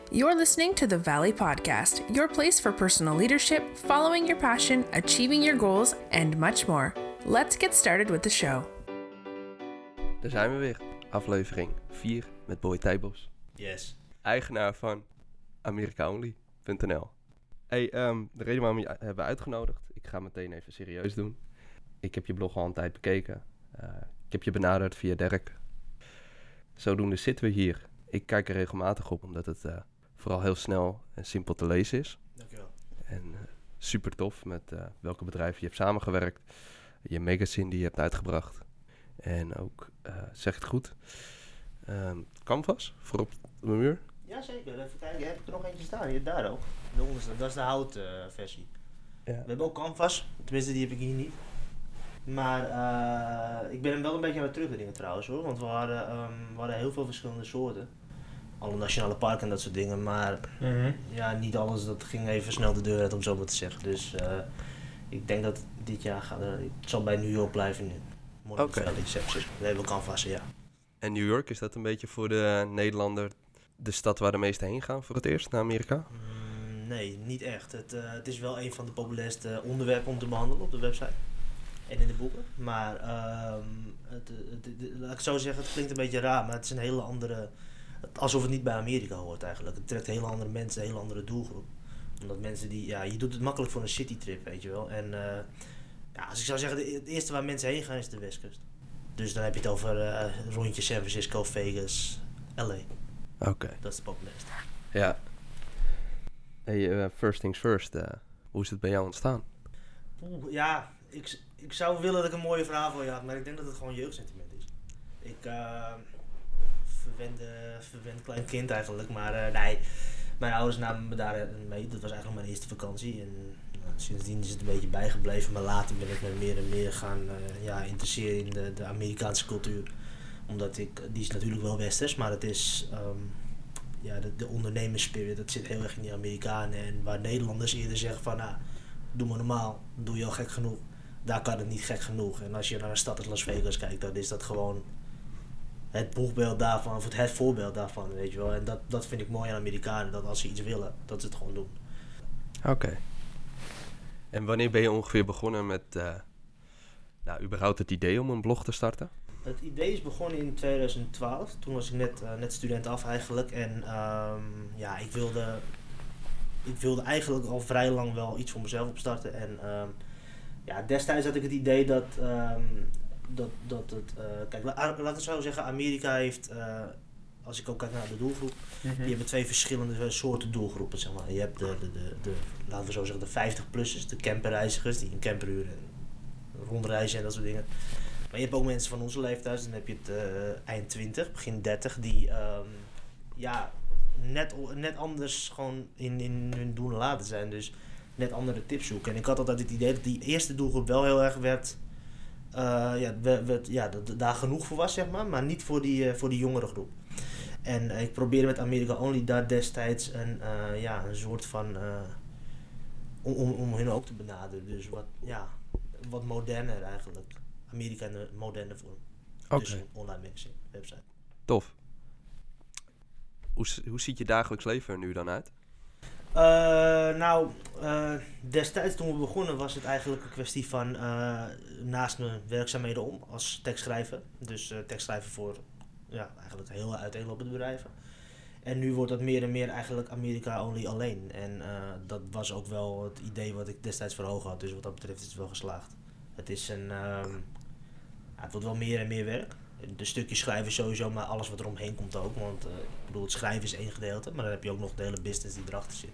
You're listening to the Valley Podcast, your place for personal leadership, following your passion, achieving your goals, and much more. Let's get started with the show. Daar zijn we weer. Aflevering 4 met Boy Tijbos. Yes. Eigenaar van AmericaOnly.nl. Hey, de reden waarom je hebben uitgenodigd, ik ga meteen even serieus doen. Ik heb je blog al een tijd bekeken. Ik heb je benaderd via Dirk. Zodoende zitten we hier. Ik kijk er regelmatig op, omdat het vooral heel snel en simpel te lezen is. Dankjewel. En super tof met welke bedrijven je hebt samengewerkt. Je magazine die je hebt uitgebracht. En ook, zeg ik het goed, Canvas voor op mijn muur. Jazeker, even kijken. Heb ik er nog eentje staan? Hier, daar ook. De onderste, dat is de houtversie. Ja. We hebben ook Canvas, tenminste die heb ik hier niet. Maar ik ben hem wel een beetje aan het terugdringen trouwens hoor. Want we hadden heel veel verschillende soorten. Alle nationale parken en dat soort dingen. Maar ja, niet alles dat ging even snel de deur uit om zo maar te zeggen. Dus ik denk dat dit jaar het zal bij New York blijven nu. Oké. We hebben Canvas, ja. En New York, is dat een beetje voor de Nederlander de stad waar de meesten heen gaan voor het eerst naar Amerika? Nee, niet echt. Het is wel een van de populairste onderwerpen om te behandelen op de website. En in de boeken. Maar laat ik zo zeggen, het klinkt een beetje raar, maar het is een hele andere... Alsof het niet bij Amerika hoort eigenlijk. Het trekt hele andere mensen, een hele andere doelgroep. Omdat mensen die... Ja, je doet het makkelijk voor een citytrip, weet je wel. En ja, als ik zou zeggen, het eerste waar mensen heen gaan is de Westkust. Dus dan heb je het over rondje San Francisco, Vegas, LA. Oké. Dat is de populairste. Ja. Hey, first things first. Hoe is het bij jou ontstaan? Ja, ik zou willen dat ik een mooie verhaal voor je had, maar ik denk dat het gewoon jeugdsentiment is. Ik verwend klein kind eigenlijk, maar nee, mijn ouders namen me daar mee. Dat was eigenlijk mijn eerste vakantie en sindsdien is het een beetje bijgebleven, maar later ben ik me meer en meer gaan interesseren in de Amerikaanse cultuur. Omdat die is natuurlijk wel westers, maar het is de ondernemersspirit, dat zit heel erg in die Amerikanen. En waar Nederlanders eerder zeggen van, doe maar normaal, doe je al gek genoeg. Daar kan het niet gek genoeg. En als je naar een stad als Las Vegas kijkt, dan is dat gewoon het boegbeeld daarvan, of het voorbeeld daarvan, weet je wel. En dat vind ik mooi aan Amerikanen, dat als ze iets willen, dat ze het gewoon doen. Oké. En wanneer ben je ongeveer begonnen met, überhaupt het idee om een blog te starten? Het idee is begonnen in 2012. Toen was ik net student af eigenlijk. En ik wilde eigenlijk al vrij lang wel iets voor mezelf opstarten. En destijds had ik het idee dat het... kijk, laat ik het zo zeggen. Amerika heeft... als ik ook kijk naar de doelgroep. Die hebben twee verschillende soorten doelgroepen, zeg maar. Je hebt de laten we zo zeggen, de 50-plussers. De camperreizigers die een camper huren en rondreizen en dat soort dingen. Maar je hebt ook mensen van onze leeftijd, dan heb je het eind 20, begin 30, die net anders gewoon in hun doen en laten zijn. Dus net andere tips zoeken. En ik had altijd het idee dat die eerste doelgroep wel heel erg daar genoeg voor was, zeg maar niet voor die jongere groep. En ik probeerde met America Only daar destijds een soort van... om hun ook te benaderen. Dus wat moderner eigenlijk. Amerika in de moderne vorm. Oké. Dus een online magazine, website. Tof. Hoe ziet je dagelijks leven er nu dan uit? Destijds toen we begonnen was het eigenlijk een kwestie van naast mijn werkzaamheden om als tekstschrijver. Dus tekstschrijver voor eigenlijk heel uiteenlopende bedrijven. En nu wordt dat meer en meer eigenlijk America Only alleen. En dat was ook wel het idee wat ik destijds voor ogen had. Dus wat dat betreft is het wel geslaagd. Het is het wordt wel meer en meer werk. De stukjes schrijven sowieso, maar alles wat er omheen komt ook. Want het schrijven is één gedeelte, maar dan heb je ook nog de hele business die erachter zit.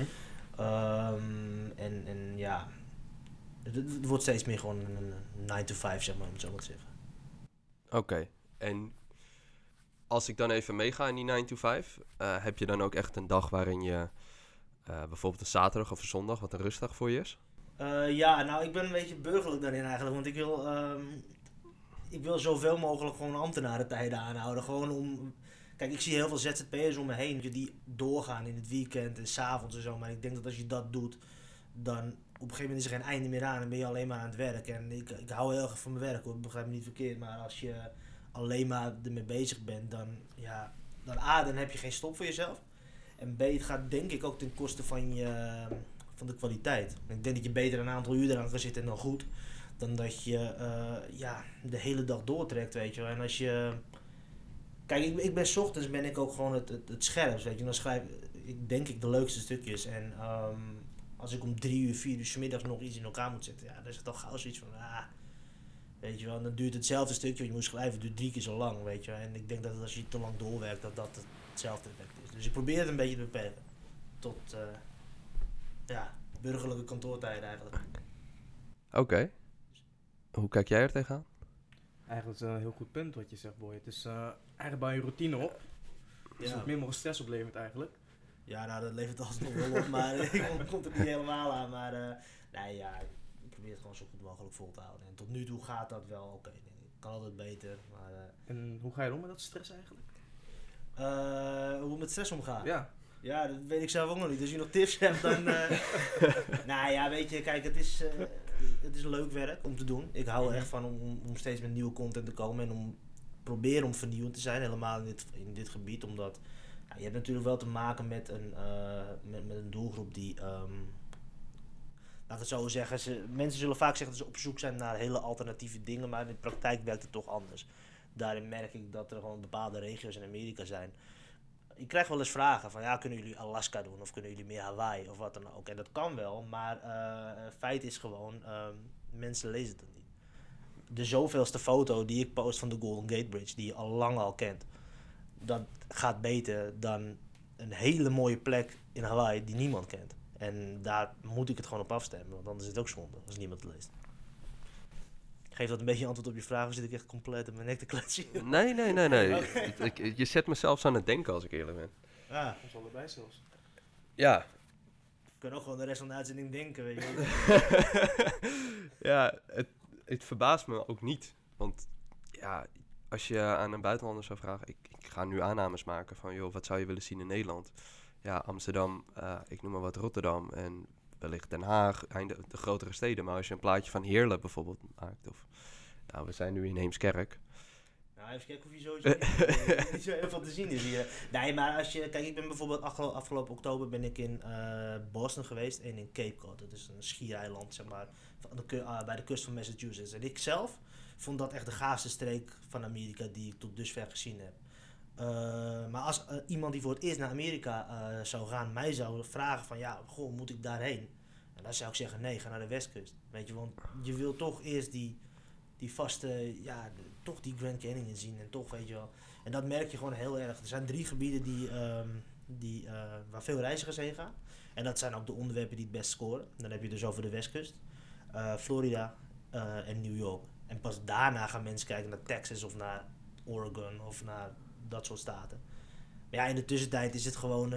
Het wordt steeds meer gewoon een 9 to 5, zeg maar, om het zo maar te zeggen. Oké. En als ik dan even meega in die 9 to 5, heb je dan ook echt een dag waarin je bijvoorbeeld een zaterdag of een zondag, wat een rustdag voor je is? Ik ben een beetje burgerlijk daarin eigenlijk, want ik wil zoveel mogelijk gewoon ambtenarentijden aanhouden. Gewoon om... Kijk, ik zie heel veel ZZP'ers om me heen die doorgaan in het weekend en 's avonds en zo. Maar ik denk dat als je dat doet, dan op een gegeven moment is er geen einde meer aan en ben je alleen maar aan het werk. En ik hou heel erg van mijn werk hoor, begrijp me niet verkeerd. Maar als je alleen maar ermee bezig bent, dan heb je geen stop voor jezelf. En B, het gaat denk ik ook ten koste van van de kwaliteit. Ik denk dat je beter een aantal uur eraan kan zitten en dan goed. Dan dat je de hele dag doortrekt, weet je wel. En als je... Kijk, ik ben 's ochtends ben ik ook gewoon het scherpst, weet je. Dan schrijf ik denk ik de leukste stukjes. En als ik om 3 uur, 4 uur 's middags nog iets in elkaar moet zetten, ja, dan is het al gauw zoiets van, weet je wel. En dan duurt hetzelfde stukje wat je moet schrijven, duurt 3 keer zo lang, weet je wel. En ik denk dat als je te lang doorwerkt, dat hetzelfde effect is. Dus ik probeer het een beetje te beperken. Tot, burgerlijke kantoortijden eigenlijk. Oké. Hoe kijk jij er tegenaan? Eigenlijk is het een heel goed punt wat je zegt, Boy. Het is eigenlijk bouw je routine op. Dus wat minder stress oplevert eigenlijk. Ja, nou dat levert alsnog wel op, maar ik komt het niet helemaal aan. Maar ik probeer het gewoon zo goed mogelijk vol te houden. En tot nu toe gaat dat wel oké. Kan altijd beter. Maar, en hoe ga je om met dat stress eigenlijk? Hoe ik met stress omga? Ja, dat weet ik zelf ook nog niet. Als je nog tips hebt, dan... weet je, kijk, het is leuk werk om te doen. Ik hou er echt van om steeds met nieuwe content te komen en om proberen om vernieuwend te zijn, helemaal in dit gebied. Omdat je hebt natuurlijk wel te maken met een doelgroep die... laat ik het zo zeggen, mensen zullen vaak zeggen dat ze op zoek zijn naar hele alternatieve dingen, maar in de praktijk werkt het toch anders. Daarin merk ik dat er gewoon bepaalde regio's in Amerika zijn. Ik krijg wel eens vragen van, kunnen jullie Alaska doen of kunnen jullie meer Hawaii of wat dan ook. En dat kan wel, maar feit is gewoon, mensen lezen het niet. De zoveelste foto die ik post van de Golden Gate Bridge, die je al lang kent, dat gaat beter dan een hele mooie plek in Hawaii die niemand kent. En daar moet ik het gewoon op afstemmen, want anders is het ook zonde als niemand het leest. Geef dat een beetje antwoord op je vraag, of zit ik echt compleet in mijn nek te kletsen? Nee. Okay. Je zet me zelfs aan het denken, als ik eerlijk ben. Ja. Dat is allebei zelfs. Ja. We kunnen ook gewoon de rest van de uitzending denken, weet je. Ja, het verbaast me ook niet. Want ja, als je aan een buitenlander zou vragen... Ik ga nu aannames maken van, joh, wat zou je willen zien in Nederland? Ja, Amsterdam, ik noem maar wat, Rotterdam en... wellicht Den Haag, de grotere steden. Maar als je een plaatje van Heerlen bijvoorbeeld maakt, of... Nou, we zijn nu in Heemskerk. Nou, even kijken of je niet zo heel veel te zien is hier. Nee, maar als je... Kijk, ik ben bijvoorbeeld afgelopen oktober ben ik in Boston geweest en in Cape Cod. Dat is een schiereiland, zeg maar, bij de kust van Massachusetts. En ik zelf vond dat echt de gaafste streek van Amerika die ik tot dusver gezien heb. Maar als iemand die voor het eerst naar Amerika zou gaan, mij zou vragen van, moet ik daarheen? En dan zou ik zeggen, nee, ga naar de westkust. Weet je, want je wil toch eerst die vaste, toch die Grand Canyon zien en toch, weet je wel. En dat merk je gewoon heel erg. Er zijn 3 gebieden waar veel reizigers heen gaan. En dat zijn ook de onderwerpen die het best scoren. Dan heb je dus over de westkust, Florida en New York. En pas daarna gaan mensen kijken naar Texas of naar Oregon of naar dat soort staten. Maar ja, in de tussentijd is het gewoon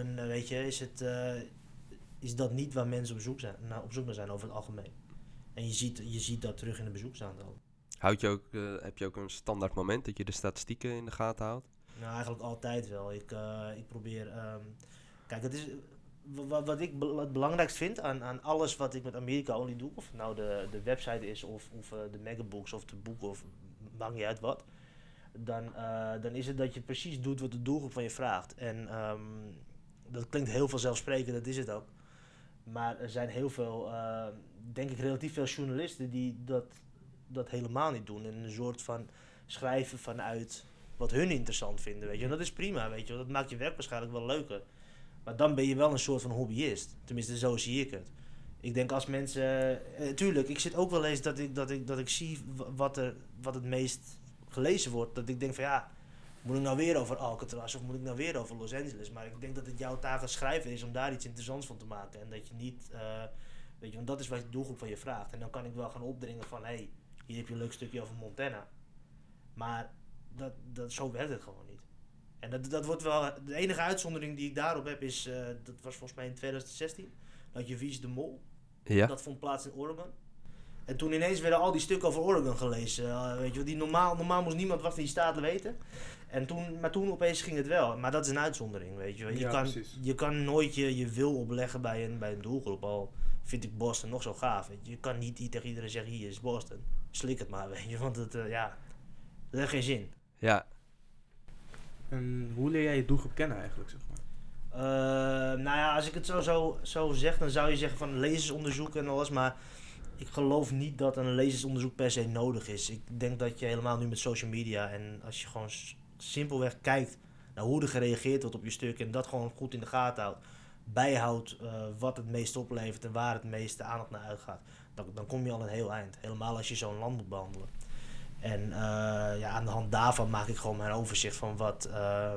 is dat niet waar mensen op zoek naar zijn over het algemeen. En je ziet dat terug in de bezoeksaantallen. Heb je ook een standaard moment dat je de statistieken in de gaten houdt? Nou, eigenlijk altijd wel. Ik probeer... kijk, het is... Wat ik het belangrijkst vind aan alles wat ik met Amerika Only doe, of het nou de website is of de megabooks of de boeken of maakt niet uit wat, dan is het dat je precies doet wat de doelgroep van je vraagt. En dat klinkt heel vanzelfsprekend, dat is het ook. Maar er zijn heel veel, denk ik relatief veel journalisten die dat helemaal niet doen. En een soort van schrijven vanuit wat hun interessant vinden, weet je. En dat is prima, weet je. Dat maakt je werk waarschijnlijk wel leuker. Maar dan ben je wel een soort van hobbyist. Tenminste, zo zie ik het. Ik denk als mensen... tuurlijk, ik zit ook wel eens dat ik zie wat het meest gelezen wordt. Dat ik denk van moet ik nou weer over Alcatraz of moet ik nou weer over Los Angeles? Maar ik denk dat het jouw taak als schrijver is om daar iets interessants van te maken. En dat je niet... weet je, want dat is wat de doelgroep van je vraagt. En dan kan ik wel gaan opdringen van... hier heb je een leuk stukje over Montana. Maar zo werkt het gewoon niet. En dat wordt wel... De enige uitzondering die ik daarop heb is... dat was volgens mij in 2016. Dat je Vies de Mol. Ja. Dat vond plaats in Oregon. En toen ineens werden al die stukken over Oregon gelezen. Weet je, die normaal moest niemand wat van die staten weten. Maar toen opeens ging het wel. Maar dat is een uitzondering, weet je. Je kan nooit je wil opleggen bij een doelgroep. Al vind ik Boston nog zo gaaf. Weet je. Je kan niet tegen iedereen zeggen, hier is Boston. Slik het maar, weet je. Want dat heeft geen zin. Ja. En hoe leer jij je doelgroep kennen eigenlijk, zeg maar? Nou ja, als ik het zo zeg, dan zou je zeggen van lezersonderzoek en alles, maar ik geloof niet dat een lezersonderzoek per se nodig is. Ik denk dat je helemaal nu met social media en als je gewoon simpelweg kijkt naar hoe er gereageerd wordt op je stuk en dat gewoon goed in de gaten houdt, bijhoudt wat het meest oplevert en waar het meeste aandacht naar uitgaat, dan kom je al een heel eind. Helemaal als je zo'n land moet behandelen. En aan de hand daarvan maak ik gewoon mijn overzicht van wat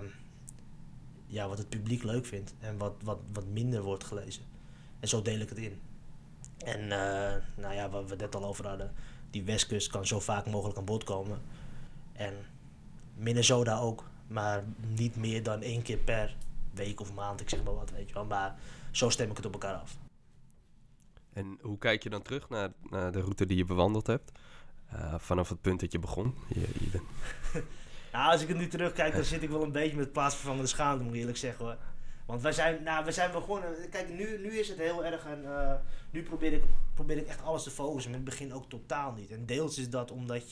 het publiek leuk vindt en wat minder wordt gelezen. En zo deel ik het in. En wat we het net al over hadden, die Westkust kan zo vaak mogelijk aan bod komen. En Minnesota ook, maar niet meer dan 1 keer per week of maand, ik zeg maar wat, weet je wel. Maar zo stem ik het op elkaar af. En hoe kijk je dan terug naar de route die je bewandeld hebt? Vanaf het punt dat je begon? Je bent... Nou, als ik het nu terugkijk, dan zit ik wel een beetje met plaatsvervangende schaamte, moet ik eerlijk zeggen hoor. Want we zijn begonnen, kijk, nu is het heel erg en nu probeer ik echt alles te focussen, maar in het begin ook totaal niet. En deels is dat omdat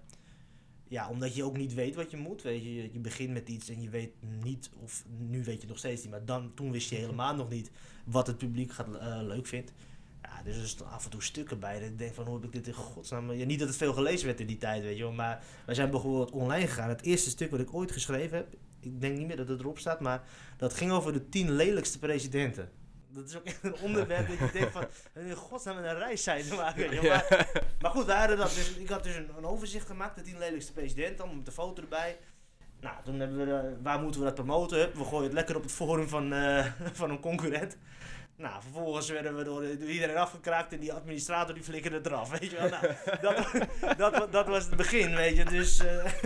je ook niet weet wat je moet, weet je begint met iets en je weet niet, of nu weet je nog steeds niet, maar toen wist je helemaal nog niet wat het publiek leuk vindt. Ja, dus er staan af en toe stukken bij dat ik denk van hoe heb ik dit in godsnaam... Ja, niet dat het veel gelezen werd in die tijd, weet je wel, maar wij zijn bijvoorbeeld online gegaan. Het eerste stuk wat ik ooit geschreven heb, ik denk niet meer dat het erop staat, maar dat ging over de 10 lelijkste presidenten. Dat is ook echt een onderwerp dat je denkt van, in godsnaam een reis zijn te maken, weet je wel. Maar goed, we hadden dat, dus ik had dus een overzicht gemaakt, de 10 lelijkste presidenten, met de foto erbij. Nou, toen hebben we, waar moeten we dat promoten? We gooien het lekker op het forum van een concurrent. Nou, vervolgens werden we door iedereen afgekraakt en die administrator die flikkerde het eraf, weet je wel. Nou, dat was het begin, weet je. Dus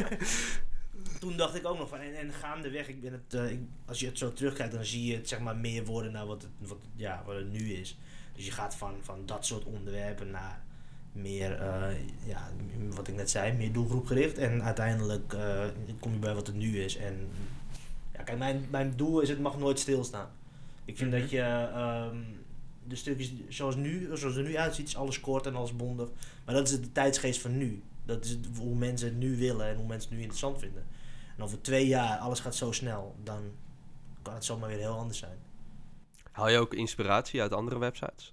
toen dacht ik ook nog van, en gaandeweg, als je het zo terugkijkt, dan zie je het zeg maar meer worden naar wat het nu is. Dus je gaat van dat soort onderwerpen naar meer, wat ik net zei, meer doelgroepgericht. En uiteindelijk kom je bij wat het nu is. En ja, kijk, mijn doel is, het mag nooit stilstaan. Ik vind dat je de stukjes zoals er nu uitziet, is alles kort en alles bondig. Maar dat is de tijdsgeest van nu. Dat is hoe mensen het nu willen en hoe mensen het nu interessant vinden. En over 2 jaar, alles gaat zo snel, dan kan het zomaar weer heel anders zijn. Haal je ook inspiratie uit andere websites?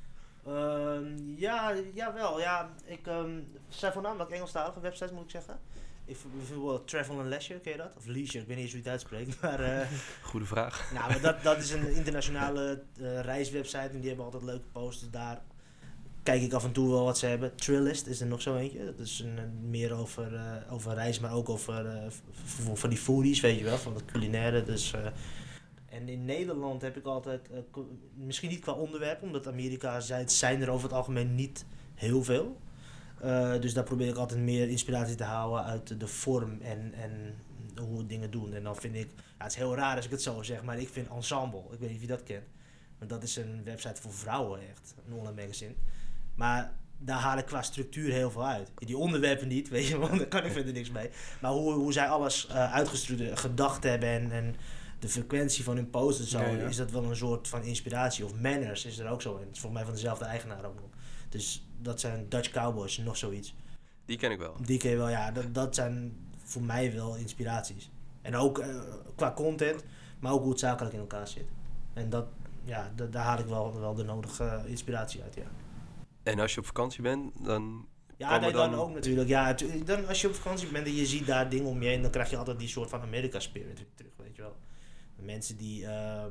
Jawel. Ja, ik zijn voornamelijk Engelstalige websites, moet ik zeggen. Bijvoorbeeld Travel and Leisure, ken je dat? Of Leisure, ik weet niet eens hoe je het uitspreekt. Maar, Goede vraag. Nou, maar dat is een internationale reiswebsite en die hebben altijd leuke posters. Daar kijk ik af en toe wel wat ze hebben. Trillist is er nog zo eentje. Dat is meer over reis, maar ook over van die foodies, weet je wel, van het culinaire. Dus, en in Nederland heb ik altijd, misschien niet qua onderwerp, omdat Amerika zijn er over het algemeen niet heel veel. Dus daar probeer ik altijd meer inspiratie te halen uit de vorm en hoe we dingen doen. En dan vind ik, het is heel raar als ik het zo zeg, maar ik vind Ensemble, ik weet niet of je dat kent. Maar dat is een website voor vrouwen echt, een online magazine. Maar daar haal ik qua structuur heel veel uit. Die onderwerpen niet, weet je, want daar kan ik verder niks mee. Maar hoe zij alles uitgestructureerd gedacht hebben en de frequentie van hun posts en zo, is dat wel een soort van inspiratie. Of Manners is er ook zo in. Het is volgens mij van dezelfde eigenaar ook nog. Dus dat zijn Dutch Cowboys, nog zoiets. Die ken ik wel. Die ken je wel, ja. Dat zijn voor mij wel inspiraties. En ook qua content, maar ook hoe het zakelijk in elkaar zit. En daar haal ik wel de nodige inspiratie uit, ja. En als je op vakantie bent, dan... Ja, dan ook natuurlijk. Ja, dan als je op vakantie bent en je ziet daar dingen om je heen, dan krijg je altijd die soort van America spirit terug, weet je wel. Mensen die,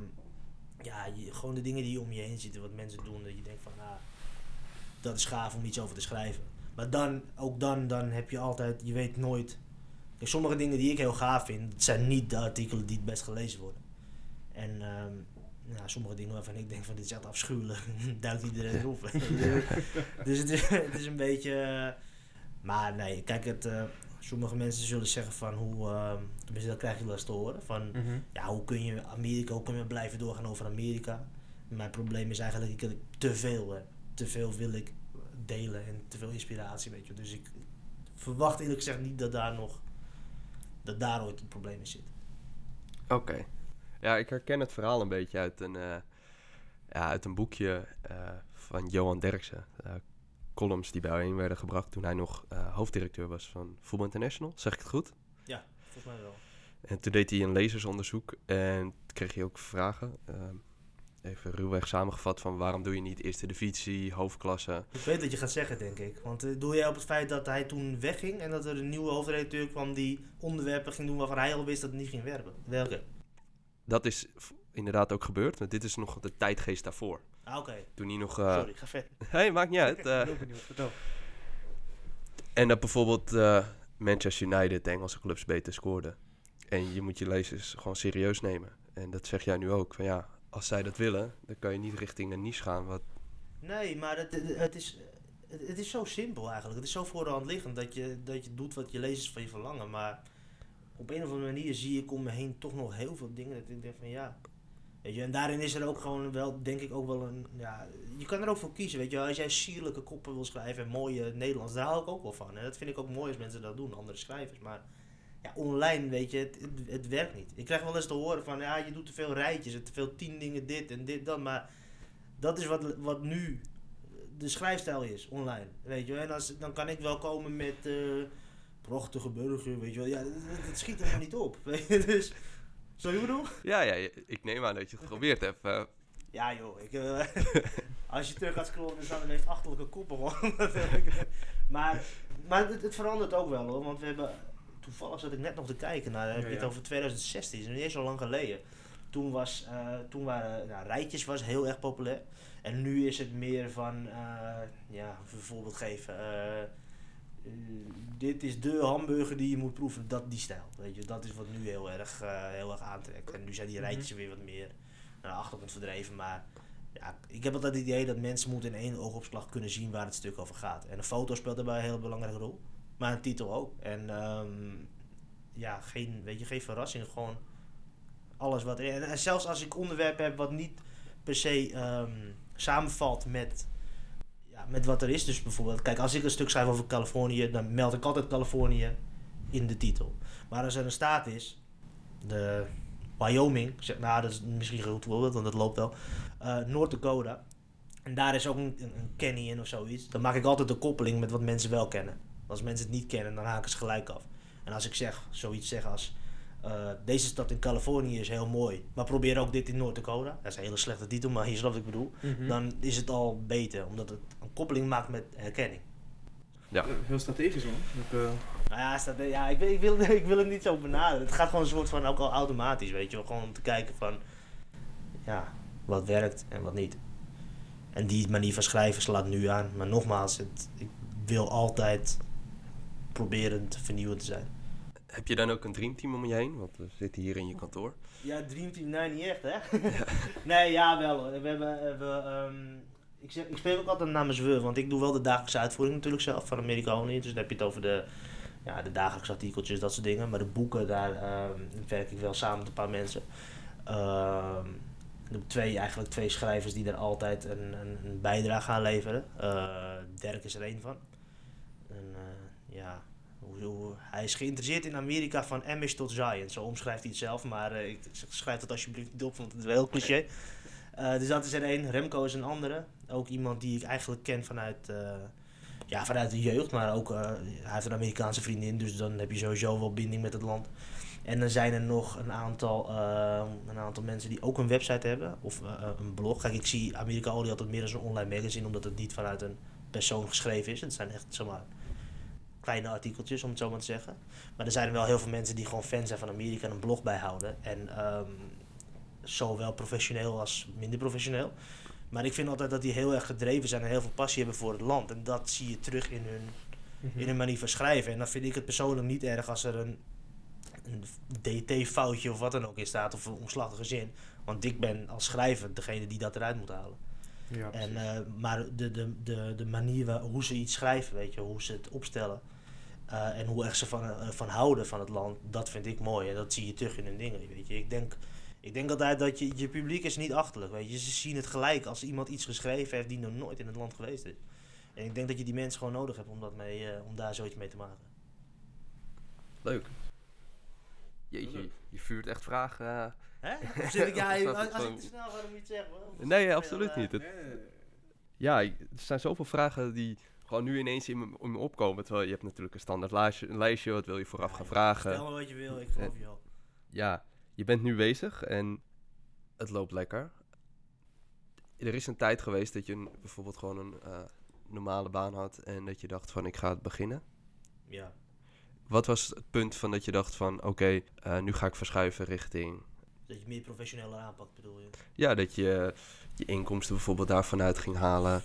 gewoon de dingen die je om je heen ziet, wat mensen doen, dat je denkt van, dat is gaaf om iets over te schrijven. Maar dan heb je altijd, je weet nooit. Kijk, sommige dingen die ik heel gaaf vind, zijn niet de artikelen die het best gelezen worden. En sommige dingen waarvan ik denk van dit is echt afschuwelijk, duikt iedereen erop. Dus het is een beetje, maar nee, kijk, sommige mensen zullen zeggen van tenminste dat krijg je wel eens te horen, van hoe kun je blijven doorgaan over Amerika. Mijn probleem is eigenlijk, ik te veel heb. Te veel wil ik delen en te veel inspiratie, weet je. Dus ik verwacht eerlijk gezegd niet dat daar ooit een probleem in zit. Oké. Ja, ik herken het verhaal een beetje uit een boekje van Johan Derksen. Columns die bijeen werden gebracht toen hij nog hoofddirecteur was van Voetbal International. Zeg ik het goed? Ja, volgens mij wel. En toen deed hij een lezersonderzoek en toen kreeg hij ook vragen. Even ruwweg samengevat van waarom doe je niet eerste divisie, hoofdklasse. Ik weet wat je gaat zeggen, denk ik. Want doe jij op het feit dat hij toen wegging en dat er een nieuwe hoofdredacteur kwam die onderwerpen ging doen waarvan hij al wist dat het niet ging werken? Welke? Dat is inderdaad ook gebeurd, want dit is nog de tijdgeest daarvoor. Oké. Toen hij nog... Sorry, ga verder. Hey, maakt niet uit. Ik ben heel benieuwd, vertel. En dat bijvoorbeeld Manchester United, de Engelse clubs, beter scoorden. En je moet je lezers gewoon serieus nemen. En dat zeg jij nu ook. Van ja, als zij dat willen, dan kan je niet richting een niche gaan. Nee, maar het is zo simpel eigenlijk. Het is zo voor de hand liggend dat je doet wat je lezers van je verlangen. Maar op een of andere manier zie ik om me heen toch nog heel veel dingen dat ik denk van ja... Weet je, en daarin is er ook gewoon wel, denk ik ook wel een... Ja, je kan er ook voor kiezen, weet je. Als jij sierlijke koppen wil schrijven en mooie Nederlands, daar hou ik ook wel van. En dat vind ik ook mooi als mensen dat doen, andere schrijvers. Maar ja, online, weet je, het werkt niet. Ik krijg wel eens te horen van, ja, je doet te veel rijtjes en te veel 10 dingen dit en dit, dat. Maar dat is wat nu de schrijfstijl is, online, weet je. En dan kan ik wel komen met prachtige burger, weet je wel. Ja, dat schiet er maar niet op, weet je. Dus... Zo je bedoel? Ja, ik neem aan dat je het geprobeerd hebt. Ja joh, als je terug gaat scrollen dan staan er echt achterlijke koppen gewoon. maar het verandert ook wel hoor, want we hebben, toevallig zat ik net nog te kijken naar, heb je het over 2016, dat is niet eens zo lang geleden. Toen waren rijtjes was heel erg populair. En nu is het meer van, een voorbeeld geven. Dit is de hamburger die je moet proeven, die stijl. Weet je, dat is wat nu heel erg aantrekt. En nu zijn die rijtjes weer wat meer naar de achtergrond verdreven. Maar ja, ik heb altijd het idee dat mensen moeten in één oogopslag kunnen zien waar het stuk over gaat. En een foto speelt daarbij een hele belangrijke rol. Maar een titel ook. En geen verrassing. Gewoon alles wat... En zelfs als ik onderwerpen heb wat niet per se samenvalt met wat er is. Dus bijvoorbeeld, kijk, als ik een stuk schrijf over Californië, dan meld ik altijd Californië in de titel. Maar als er een staat is, de Wyoming, dat is misschien geen goed voorbeeld, want dat loopt wel, North Dakota, en daar is ook een canyon of zoiets, dan maak ik altijd de koppeling met wat mensen wel kennen. Als mensen het niet kennen, dan haken ze gelijk af. En als ik zoiets zeg als, deze stad in Californië is heel mooi, maar probeer ook dit in North Dakota. Dat is een hele slechte titel, maar hier is wat ik bedoel. Mm-hmm. Dan is het al beter, omdat het een koppeling maakt met herkenning. Ja. Heel strategisch man. Ik wil het niet zo benaderen. Het gaat gewoon een soort van ook al automatisch, weet je wel. Gewoon om te kijken van, ja, wat werkt en wat niet. En die manier van schrijven slaat nu aan. Maar nogmaals, ik wil altijd proberen te vernieuwen te zijn. Heb je dan ook een dreamteam om je heen? Want we zitten hier in je kantoor. Ja, dreamteam, nee, niet echt, hè? Ja. Nee, ja, wel. Ik spreek ook altijd namens we, want ik doe wel de dagelijkse uitvoering natuurlijk zelf van Amerika Only. Dus dan heb je het over de dagelijkse artikeltjes, dat soort dingen. Maar de boeken, daar werk ik wel samen met een paar mensen. Ik heb twee schrijvers die daar altijd een bijdrage aan leveren. Dirk is er één van. En hij is geïnteresseerd in Amerika van Amish tot Zion. Zo omschrijft hij het zelf, maar ik schrijf dat alsjeblieft niet op, want het is wel heel cliché. Dus dat is er één. Remco is een andere. Ook iemand die ik eigenlijk ken vanuit de jeugd, maar ook hij heeft een Amerikaanse vriendin, dus dan heb je sowieso wel binding met het land. En dan zijn er nog een aantal mensen die ook een website hebben, of een blog. Kijk, ik zie Amerika Only altijd meer als een online magazine, omdat het niet vanuit een persoon geschreven is. Het zijn echt, zomaar kleine artikeltjes, om het zo maar te zeggen. Maar er zijn wel heel veel mensen die gewoon fan zijn van Amerika en een blog bijhouden. En zowel professioneel als minder professioneel. Maar ik vind altijd dat die heel erg gedreven zijn en heel veel passie hebben voor het land. En dat zie je terug in hun manier van schrijven. En dan vind ik het persoonlijk niet erg als er een DT-foutje of wat dan ook in staat, of een omslachtige zin. Want ik ben als schrijver degene die dat eruit moet halen. Ja, maar de manier hoe ze iets schrijven, weet je, hoe ze het opstellen en hoe erg ze van houden van het land, dat vind ik mooi en dat zie je terug in hun dingen, weet je. Ik denk altijd dat je publiek is niet achterlijk, weet je. Ze zien het gelijk als iemand iets geschreven heeft die nog nooit in het land geweest is. En ik denk dat je die mensen gewoon nodig hebt om daar zoiets mee te maken. Leuk. Jeetje, je vuurt echt vragen. Hè? Of zit ik, als ik te snel ga, dan moet je het zeggen. Nee, absoluut niet. Er zijn zoveel vragen die gewoon nu ineens in me opkomen. Terwijl je hebt natuurlijk een standaard lijstje. Wat wil je vooraf gaan vragen? Stel maar wat je wil, ik geloof je al. ja, je bent nu bezig en het loopt lekker. Er is een tijd geweest dat je bijvoorbeeld gewoon een normale baan had en dat je dacht van ik ga het beginnen. Ja. Wat was het punt van dat je dacht van oké, nu ga ik verschuiven richting... Dat je meer professioneler aanpakt, bedoel je? Ja, dat je je inkomsten bijvoorbeeld daarvan uit ging halen.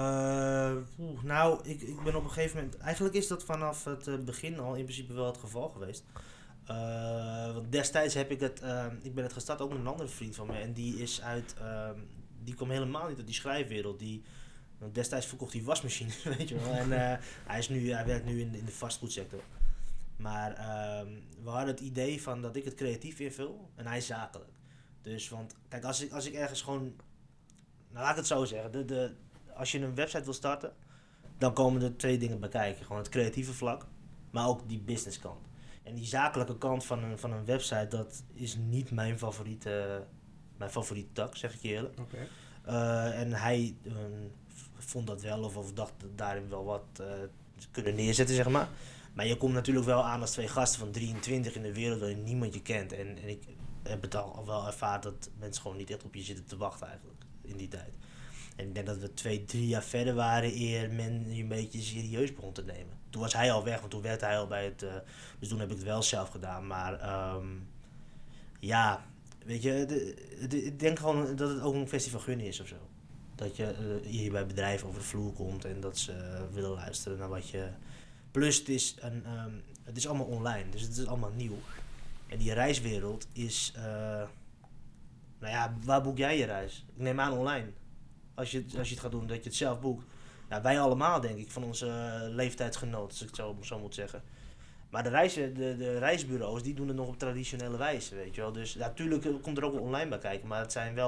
Nou, ik ben op een gegeven moment... Eigenlijk is dat vanaf het begin al in principe wel het geval geweest. Want destijds heb ik het... ik ben het gestart ook met een andere vriend van me. En die is uit... die kwam helemaal niet uit die schrijfwereld. Destijds verkocht hij wasmachines, weet je wel. En hij werkt nu in de fastfoodsector. Maar we hadden het idee van dat ik het creatief invul en hij zakelijk. Dus, want kijk, als ik ergens gewoon... Nou, laat ik het zo zeggen. Als je een website wil starten, dan komen er 2 dingen bij kijken. Gewoon het creatieve vlak, maar ook die businesskant. En die zakelijke kant van een website, dat is niet mijn favoriete tak, zeg ik je eerlijk. Oké. En hij vond dat wel, of dacht daarin wel wat te kunnen neerzetten, zeg maar. Maar je komt natuurlijk wel aan als 2 gasten van 23 in de wereld waarin niemand je kent. En ik heb het al wel ervaren dat mensen gewoon niet echt op je zitten te wachten eigenlijk, in die tijd. En ik denk dat we 2-3 jaar verder waren eer men je een beetje serieus begon te nemen. Toen was hij al weg, want toen werkte hij al bij het... dus toen heb ik het wel zelf gedaan. Maar ja, weet je, ik denk gewoon dat het ook een kwestie van gunnen is of zo. Dat je hier bij bedrijven over de vloer komt en dat ze willen luisteren naar wat je... Plus het is allemaal online, dus het is allemaal nieuw. En die reiswereld is... nou ja, waar boek jij je reis? Ik neem aan online. Als je het gaat doen, dat je het zelf boekt. Ja, wij allemaal, denk ik, van onze leeftijdsgenoten, als ik het zo moet zeggen. Maar de reisbureaus, die doen het nog op traditionele wijze, weet je wel. Dus natuurlijk komt er ook online bij kijken, maar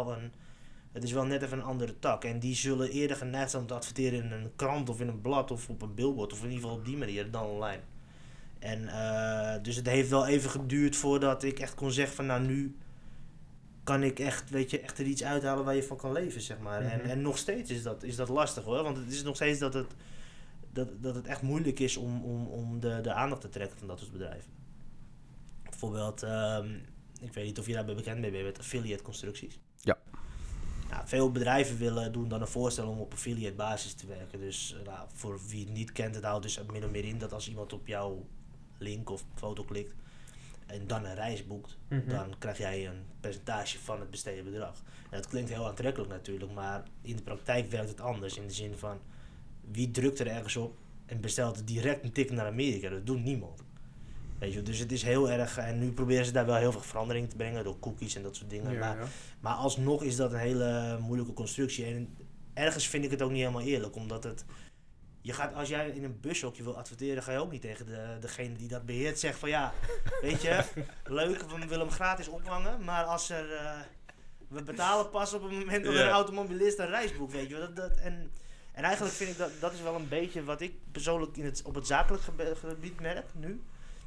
het is wel net even een andere tak. En die zullen eerder geneigd zijn om te adverteren in een krant of in een blad of op een billboard. Of in ieder geval op die manier dan online. En dus het heeft wel even geduurd voordat ik echt kon zeggen van nou nu kan ik echt, weet je, echt er iets uithalen waar je van kan leven, zeg maar. Mm-hmm. En nog steeds is dat lastig hoor. Want het is nog steeds dat het echt moeilijk is om de aandacht te trekken van dat soort bedrijven. Bijvoorbeeld, ik weet niet of je daarbij bekend bent met affiliate constructies. Ja. Nou, veel bedrijven doen dan een voorstel om op affiliate basis te werken. Dus voor wie het niet kent, het houdt dus min of meer in dat als iemand op jouw link of foto klikt en dan een reis boekt, mm-hmm. dan krijg jij een percentage van het besteden bedrag. En dat klinkt heel aantrekkelijk natuurlijk, maar in de praktijk werkt het anders. In de zin van, wie drukt er ergens op en bestelt direct een ticket naar Amerika? Dat doet niemand. Weet je, dus het is heel erg, en nu proberen ze daar wel heel veel verandering te brengen door cookies en dat soort dingen. Ja, maar alsnog is dat een hele moeilijke constructie. En ergens vind ik het ook niet helemaal eerlijk, omdat als jij in een bushokje wil adverteren, ga je ook niet tegen degene die dat beheert zeggen van ja, weet je, leuk, we willen hem gratis ophangen, maar als we betalen pas op het moment dat een automobilist een reis boekt, weet je. En eigenlijk vind ik dat is wel een beetje wat ik persoonlijk op het zakelijk gebied merk nu.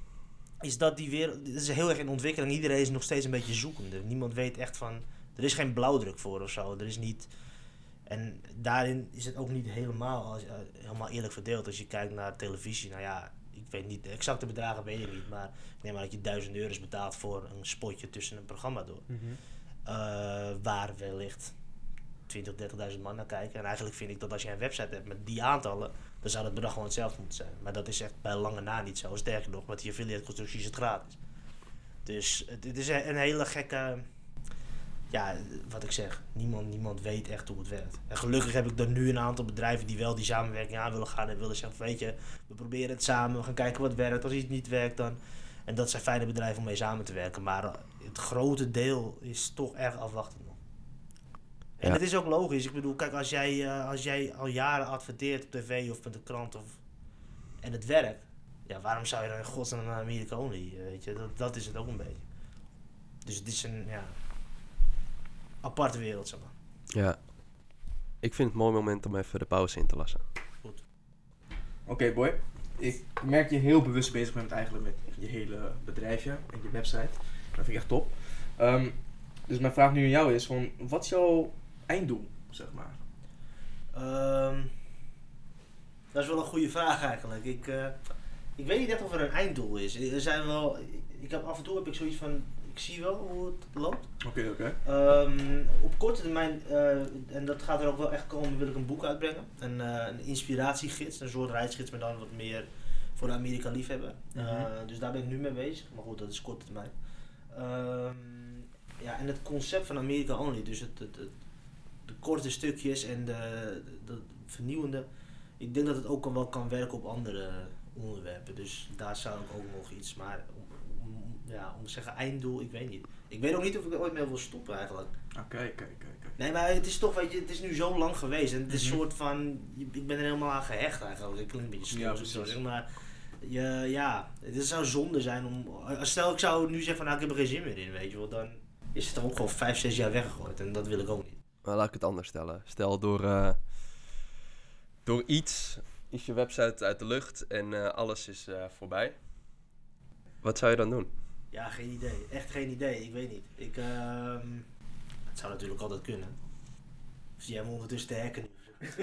Is dat die wereld, het is heel erg in ontwikkeling, iedereen is nog steeds een beetje zoekende. Niemand weet echt van, er is geen blauwdruk voor of zo, er is niet... En daarin is het ook niet helemaal eerlijk verdeeld. Als je kijkt naar televisie, nou ja, ik weet niet, de exacte bedragen weet ik niet, maar ik neem aan dat je €1000 betaalt voor een spotje tussen een programma door. Mm-hmm. Waar wellicht 20.000, 30.000 man naar kijken. En eigenlijk vind ik dat als je een website hebt met die aantallen, dan zou het bedrag gewoon hetzelfde moeten zijn. Maar dat is echt bij lange na niet zo. Sterker nog, met die affiliate constructie is het gratis. Dus het is een hele gekke... Ja, wat ik zeg, niemand weet echt hoe het werkt. En gelukkig heb ik er nu een aantal bedrijven die wel die samenwerking aan willen gaan en willen zeggen, weet je, we proberen het samen, we gaan kijken wat werkt. Als iets niet werkt dan... En dat zijn fijne bedrijven om mee samen te werken. Maar het grote deel is toch erg afwachtend nog. En ja. Het is ook logisch. Ik bedoel, kijk, als jij al jaren adverteert op tv of met de krant en het werkt, ja, waarom zou je dan in godsnaam naar Amerika only? Weet je, dat is het ook een beetje. Dus het is een, ja, aparte wereld, zeg maar. Ja. Ik vind het een mooi moment om even de pauze in te lassen. Goed. Oké, boy. Ik merk je heel bewust bezig bent eigenlijk met je hele bedrijfje en je website. Dat vind ik echt top. Dus mijn vraag nu aan jou is, van, wat is jouw einddoel, zeg maar? Dat is wel een goede vraag eigenlijk. Ik weet niet echt of er een einddoel is. Er zijn wel... Af en toe heb ik zoiets van... Ik zie wel hoe het loopt. Oké. Op korte termijn, en dat gaat er ook wel echt komen, wil ik een boek uitbrengen. Een inspiratiegids, een soort reisgids, maar dan wat meer voor de Amerika liefhebber. Dus daar ben ik nu mee bezig. Maar goed, dat is korte termijn. En het concept van Amerika Only, dus de korte stukjes en de vernieuwende. Ik denk dat het ook wel kan werken op andere onderwerpen. Dus daar zou ik ook nog iets, maar om te zeggen einddoel, ik weet niet. Ik weet ook niet of ik er ooit mee wil stoppen eigenlijk. Kijk. Nee, maar het is toch, weet je, het is nu zo lang geweest en het is een soort van, ik ben er helemaal aan gehecht eigenlijk. Ik klinkt een beetje stom, zo zeg maar. Het zou zonde zijn om, stel ik zou nu zeggen van, nou ik heb er geen zin meer in, weet je wel, dan is het er ook gewoon 5-6 jaar weggegooid en dat wil ik ook niet. Maar laat ik het anders stellen. Stel door iets is je website uit de lucht en alles is voorbij. Wat zou je dan doen? Ja, geen idee. Echt geen idee. Ik weet niet. Het zou natuurlijk altijd kunnen. Of zie jij me ondertussen te hacken nu?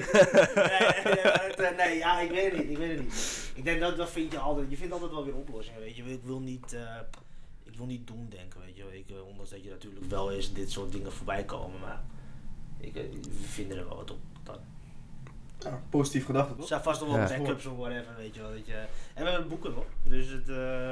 Nee, ik weet het niet. Ik denk dat vind je altijd. Je vindt altijd wel weer oplossingen, weet je. Ik wil niet doemdenken, weet je. Ondanks dat je natuurlijk wel eens dit soort dingen voorbij komen, maar we vinden er wel wat op dan. Ja, positief gedachte, toch? Er zijn vast nog wel backups of whatever, weet je wel. En we hebben boeken nog, dus het...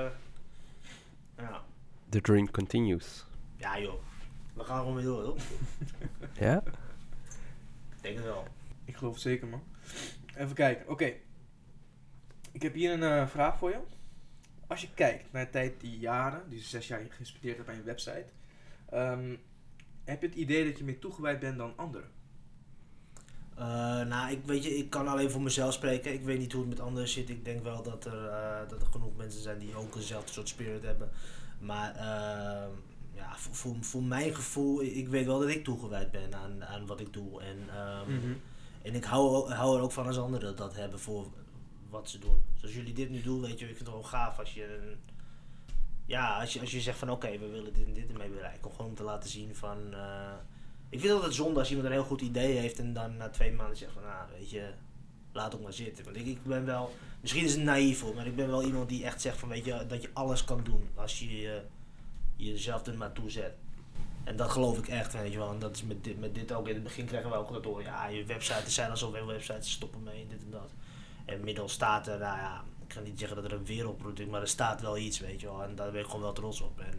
The dream continues. Ja joh, we gaan gewoon weer door, toch? Ja? Ik denk het wel. Ik geloof het zeker, man. Even kijken, oké. Ik heb hier een vraag voor je. Als je kijkt naar de tijd, die jaren, die 6 jaar gespendeerd hebt aan je website, heb je het idee dat je meer toegewijd bent dan anderen? Ik kan alleen voor mezelf spreken. Ik weet niet hoe het met anderen zit. Ik denk wel dat er genoeg mensen zijn die ook eenzelfde soort spirit hebben. Maar voor mijn gevoel, ik weet wel dat ik toegewijd ben aan wat ik doe. En ik hou er ook van als anderen dat hebben voor wat ze doen. Zoals jullie dit nu doen, weet je, ik vind het wel gaaf als je als je zegt van oké, we willen dit en dit ermee bereiken. Gewoon om te laten zien van... ik vind het altijd zonde als iemand een heel goed idee heeft en dan na 2 maanden zegt van weet je, laat ook maar zitten. Want ik ben wel, misschien is het naïef hoor, maar ik ben wel iemand die echt zegt van weet je, dat je alles kan doen als je jezelf er maar toe zet. En dat geloof ik echt, weet je wel. En dat is met dit ook. In het begin krijgen we ook dat door, je website, er zijn al zoveel websites, stoppen mee, dit en dat. En inmiddels staat er, ik kan niet zeggen dat er een wereldproduct, maar er staat wel iets, weet je wel. En daar ben ik gewoon wel trots op. En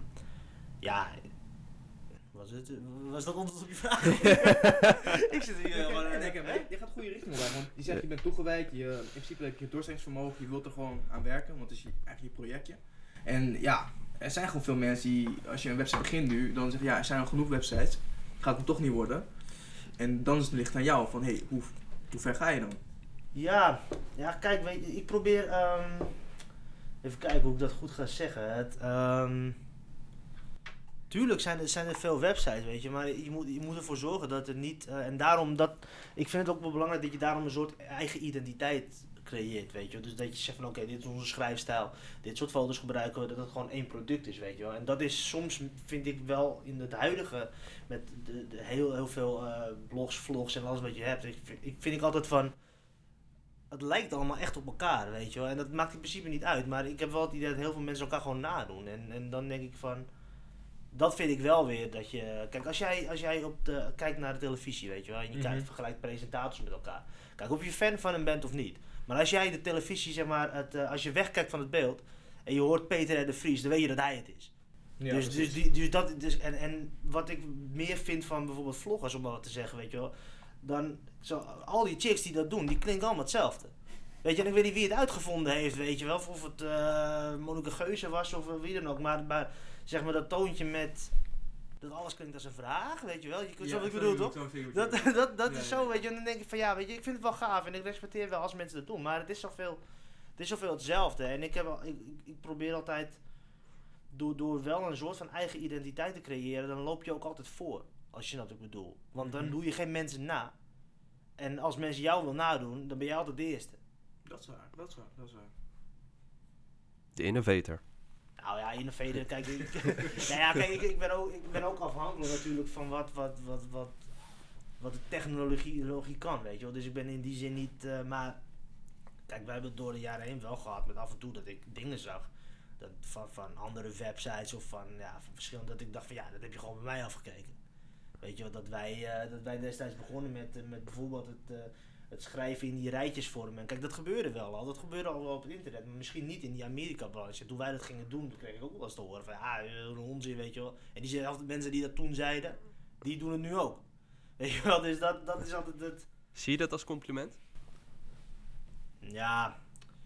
was dat antwoord op je vraag? Ik zit hier gewoon... Je gaat de goede richting op, want je zegt je bent toegewijd, in principe heb je doorzettingsvermogen, je wilt er gewoon aan werken, want het is eigenlijk je projectje. En ja, er zijn gewoon veel mensen die, als je een website begint nu, dan zeggen er zijn al genoeg websites, gaat het toch niet worden. En dan is het licht aan jou van, hoe ver ga je dan? Ja, kijk, weet je, ik probeer, even kijken hoe ik dat goed ga zeggen. Tuurlijk zijn er veel websites, weet je, maar je moet ervoor zorgen dat er niet, en daarom ik vind het ook wel belangrijk dat je daarom een soort eigen identiteit creëert, weet je. Dus dat je zegt van oké, dit is onze schrijfstijl, dit soort foto's gebruiken we, dat het gewoon één product is, weet je wel. En dat is soms, vind ik wel, in het huidige, met de heel veel blogs, vlogs en alles wat je hebt, vind ik altijd van, het lijkt allemaal echt op elkaar, weet je wel. En dat maakt in principe niet uit, maar ik heb wel het idee dat heel veel mensen elkaar gewoon nadoen. En dan denk ik van, dat vind ik wel weer dat je... Kijk, als jij kijkt naar de televisie, weet je wel, en je vergelijkt presentators met elkaar. Kijk, of je fan van hem bent of niet. Maar als jij de televisie, zeg maar, als je wegkijkt van het beeld en je hoort Peter R. de Vries, dan weet je dat hij het is. Ja, en wat ik meer vind van bijvoorbeeld vloggers, om maar wat te zeggen, weet je wel, dan al die chicks die dat doen, die klinken allemaal hetzelfde. Weet je, en ik weet niet wie het uitgevonden heeft, weet je wel, of het Monique Geuze was of wie dan ook, maar zeg maar dat toontje met dat alles klinkt als een vraag, weet je wel, je kunt zo wat ik bedoel, toch? Dat is zo, weet je, en dan denk ik van weet je, ik vind het wel gaaf en ik respecteer wel als mensen dat doen, maar het is zoveel hetzelfde en ik probeer altijd door wel een soort van eigen identiteit te creëren, dan loop je ook altijd voor, als je snapt wat ik bedoel, want dan doe je geen mensen na en als mensen jou wil nadoen, dan ben jij altijd de eerste. Dat is waar. De innovator. Nou ja, innovator, kijk, ik ben ook afhankelijk natuurlijk van wat de technologie kan, weet je wel. Dus ik ben in die zin niet, maar kijk, wij hebben het door de jaren heen wel gehad met af en toe dat ik dingen zag van andere websites of van verschillende, dat ik dacht van dat heb je gewoon bij mij afgekeken. Weet je wel, dat wij destijds begonnen met bijvoorbeeld het schrijven in die rijtjesvorm. En kijk, dat gebeurde wel al. Dat gebeurde al wel op het internet, maar misschien niet in die Amerika-branche. Toen wij dat gingen doen, kreeg ik ook wel eens te horen van een onzin, weet je wel. En diezelfde mensen die dat toen zeiden, die doen het nu ook. Weet je wel, dus dat is altijd het... Zie je dat als compliment? Ja,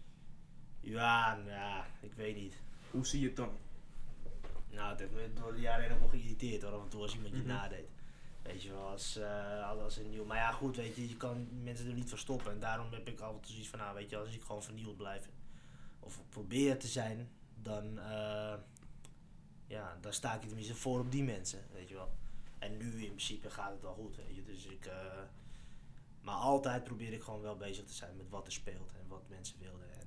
ik weet niet. Hoe zie je het dan? Nou, het heeft me door de jaren heen ook wel geïrriteerd hoor, af en toe als iemand je nadeed. Weet je wel, als een nieuw... Maar ja, goed, weet je kan mensen er niet voor stoppen. En daarom heb ik altijd zoiets van, weet je, als ik gewoon vernieuwd blijf of probeer te zijn, dan sta ik er tenminste voor op die mensen, weet je wel. En nu in principe gaat het wel goed, weet je. Dus maar altijd probeer ik gewoon wel bezig te zijn met wat er speelt en wat mensen wilden. En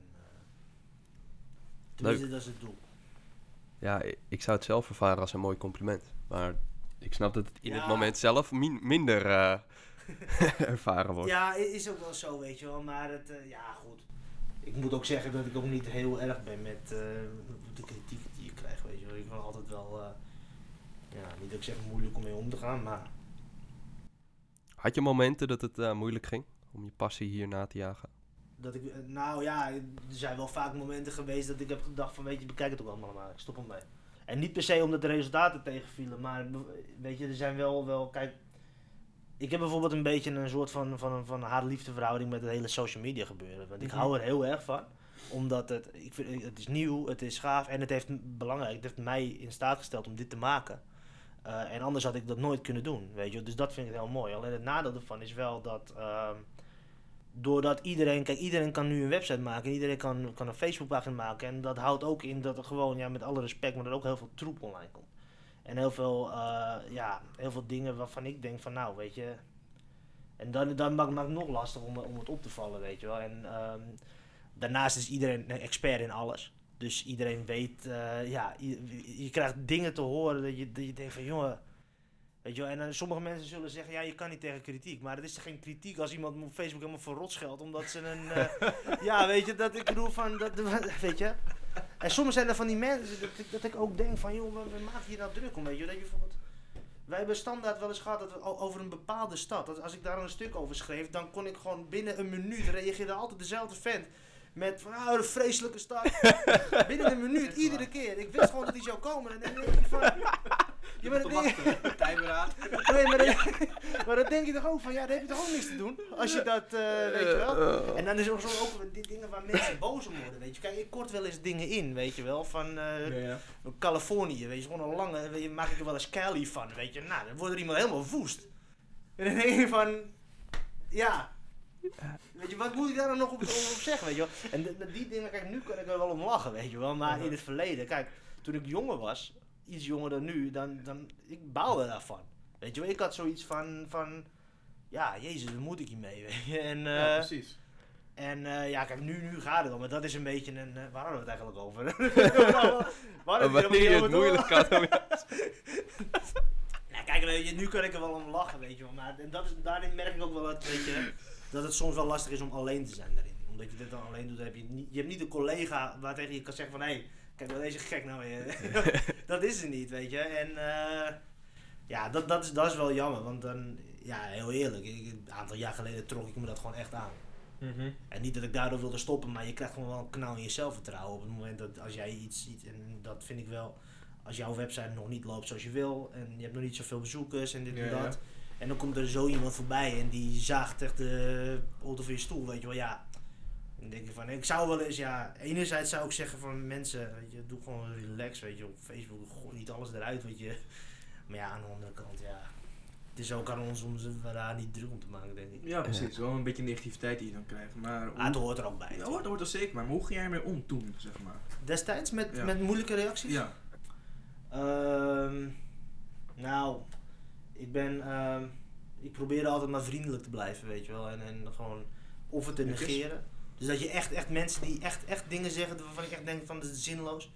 tenminste, dat is het doel. Ja, ik zou het zelf ervaren als een mooi compliment. Maar ik snap dat het in het moment zelf minder ervaren wordt. Ja, is ook wel zo, weet je wel. Maar het, goed. Ik moet ook zeggen dat ik ook niet heel erg ben met de kritiek die je krijgt, weet je wel. Ik kan altijd wel, niet dat ik zeg moeilijk om mee om te gaan, maar... Had je momenten dat het moeilijk ging om je passie hier na te jagen? Er zijn wel vaak momenten geweest dat ik heb gedacht van, weet je, bekijk het ook allemaal maar, ik stop ermee. En niet per se omdat de resultaten tegenvielen, maar weet je, er zijn wel, kijk, ik heb bijvoorbeeld een beetje een soort van haat-liefde verhouding met het hele social media gebeuren. Want ik hou er heel erg van, omdat het is nieuw, het is gaaf en het heeft mij in staat gesteld om dit te maken. En anders had ik dat nooit kunnen doen, weet je. Dus dat vind ik heel mooi. Alleen het nadeel ervan is wel dat... doordat iedereen kan nu een website maken en iedereen kan een Facebookpagina maken. En dat houdt ook in dat er gewoon, met alle respect, maar er ook heel veel troep online komt. En heel veel dingen waarvan ik denk van, weet je... En dan maakt het nog lastig om het op te vallen, weet je wel. En daarnaast is iedereen een expert in alles. Dus iedereen weet, je krijgt dingen te horen dat je denkt van, jongen... Weet je wel, en sommige mensen zullen zeggen, je kan niet tegen kritiek. Maar het is geen kritiek als iemand op Facebook helemaal voor rot scheldt, omdat ze een... weet je, dat ik bedoel van... weet je. En soms zijn er van die mensen dat ik ook denk van, joh, we maken hier nou druk om, weet je. Dat je bijvoorbeeld... Wij hebben standaard wel eens gehad dat we over een bepaalde stad, dat als ik daar een stuk over schreef, dan kon ik gewoon binnen een minuut, reageerde altijd dezelfde vent. Met van, een vreselijke stad. Binnen een minuut, iedere keer. Ik wist gewoon dat die zou komen. En dan denk je van... Maar dan denk je toch ook van, dan heb je toch ook niks te doen. Als je dat, weet je wel. En dan is er ook die dingen waar mensen boos om worden, weet je. Kijk, ik kort wel eens dingen in, weet je wel. Van Californië, weet je. Gewoon een lange, maak ik er wel eens Cali van, weet je. Nou, dan wordt er iemand helemaal woest. En dan denk je van, weet je, wat moet ik daar dan nog op zeggen, weet je wel. En die dingen, kijk, nu kan ik er wel om lachen, weet je wel. Maar in het verleden, kijk, toen ik jonger was, iets jonger dan nu, dan ik baalde daarvan. Weet je wel, ik had zoiets van jezus, wat moet ik hiermee, weet je. En, precies. En kijk, nu gaat het wel, maar dat is een beetje een... waar hadden we het eigenlijk over? Wanneer je het moeilijk had. Kijk, weet je, nu kan ik er wel om lachen, weet je wel. Maar daarin merk ik ook wel dat het soms wel lastig is om alleen te zijn daarin. Omdat je dit dan alleen doet, je hebt niet een collega waar tegen je kan zeggen van... Hé, kijk wel deze gek nou weer. Dat is er niet, weet je. En dat is wel jammer. Want dan, heel eerlijk. Een aantal jaar geleden trok ik me dat gewoon echt aan. Mm-hmm. En niet dat ik daardoor wilde stoppen, maar je krijgt gewoon wel een knal in je zelfvertrouwen. Op het moment dat als jij iets... En dat vind ik wel... Als jouw website nog niet loopt zoals je wil. En je hebt nog niet zoveel bezoekers en dit en dat. Ja. En dan komt er zo iemand voorbij en die zaagt echt de auto van je stoel, weet je wel. Ja, dan denk je van, ik zou wel eens, enerzijds zou ik zeggen van mensen, weet je, doe gewoon relax, weet je, op Facebook, gooi niet alles eruit, weet je. Maar aan de andere kant, het is ook aan ons om ze daar niet druk om te maken, denk ik. Ja, precies. Wel een beetje negativiteit die je dan krijgt. Maar het hoort er ook bij. Ja, het hoort er zeker, maar hoe ging jij ermee om toen, zeg maar? Destijds met moeilijke reacties? Ja. Ik probeerde altijd maar vriendelijk te blijven, weet je wel. En gewoon of het te negeren. Dus dat je echt mensen die echt dingen zeggen waarvan ik echt denk van dat is zinloos.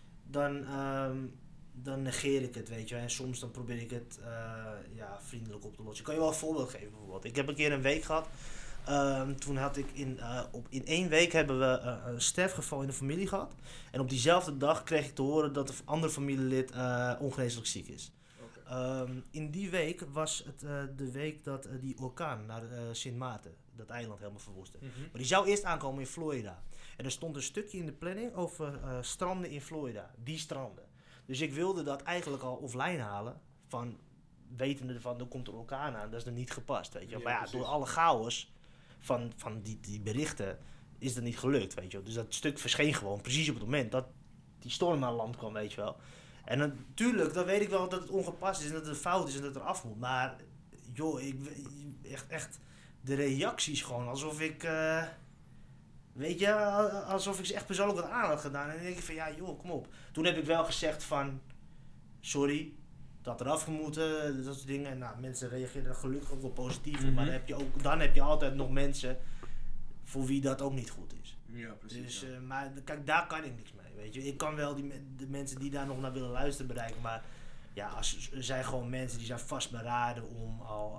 Dan negeer ik het, weet je wel. En soms dan probeer ik het vriendelijk op te lossen. Ik kan je wel een voorbeeld geven bijvoorbeeld. Ik heb een keer een week gehad Toen had ik in 1 week hebben we een sterfgeval in de familie gehad. En op diezelfde dag kreeg ik te horen dat een ander familielid ongeneeslijk ziek is. In die week was het de week dat die orkaan naar Sint Maarten, dat eiland, helemaal verwoestte. Maar die zou eerst aankomen in Florida. En er stond een stukje in de planning over stranden in Florida. Die stranden. Dus ik wilde dat eigenlijk al offline halen. Van wetende van, er komt een orkaan aan. Dat is er niet gepast, weet je. Ja, maar ja, precies. door alle chaos van die berichten is dat niet gelukt, weet je. Dus dat stuk verscheen gewoon precies op het moment dat die storm aan land kwam, weet je wel. En natuurlijk, dan weet ik wel dat het ongepast is en dat het een fout is en dat het eraf moet. Maar joh, echt de reacties gewoon, alsof ik, weet je, alsof ik ze echt persoonlijk wat aan had gedaan. En dan denk ik van, ja joh, kom op. Toen heb ik wel gezegd van, sorry, dat eraf gemoeten, dat soort dingen. En nou, mensen reageerden er gelukkig ook wel positief op. Maar dan heb je altijd nog mensen voor wie dat ook niet goed is. Ja, precies. Dus, maar kijk, daar kan ik niks mee, weet je. Ik kan wel de mensen die daar nog naar willen luisteren bereiken, maar ja, er zijn gewoon mensen die zijn vastberaden om al...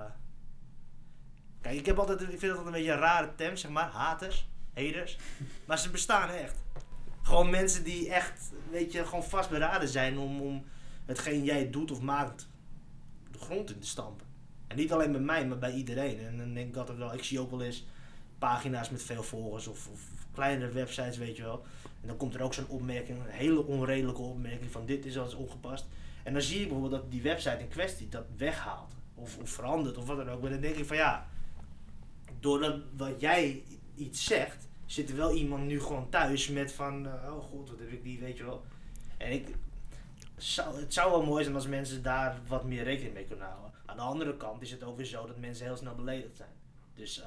Kijk, ik vind dat altijd een beetje een rare term, zeg maar, haters, maar ze bestaan echt. Gewoon mensen die echt, weet je, gewoon vastberaden zijn om hetgeen jij doet of maakt de grond in te stampen. En niet alleen bij mij, maar bij iedereen. En dan denk ik altijd wel, ik zie ook wel eens pagina's met veel volgers of kleinere websites, weet je wel. En dan komt er ook zo'n opmerking, een hele onredelijke opmerking van dit is als ongepast. En dan zie je bijvoorbeeld dat die website in kwestie dat weghaalt of verandert of wat dan ook. Maar dan denk ik van ja, doordat wat jij iets zegt, zit er wel iemand nu gewoon thuis met van, oh god, wat heb ik die, weet je wel. En het zou wel mooi zijn als mensen daar wat meer rekening mee kunnen houden. Aan de andere kant is het ook weer zo dat mensen heel snel beledigd zijn. Dus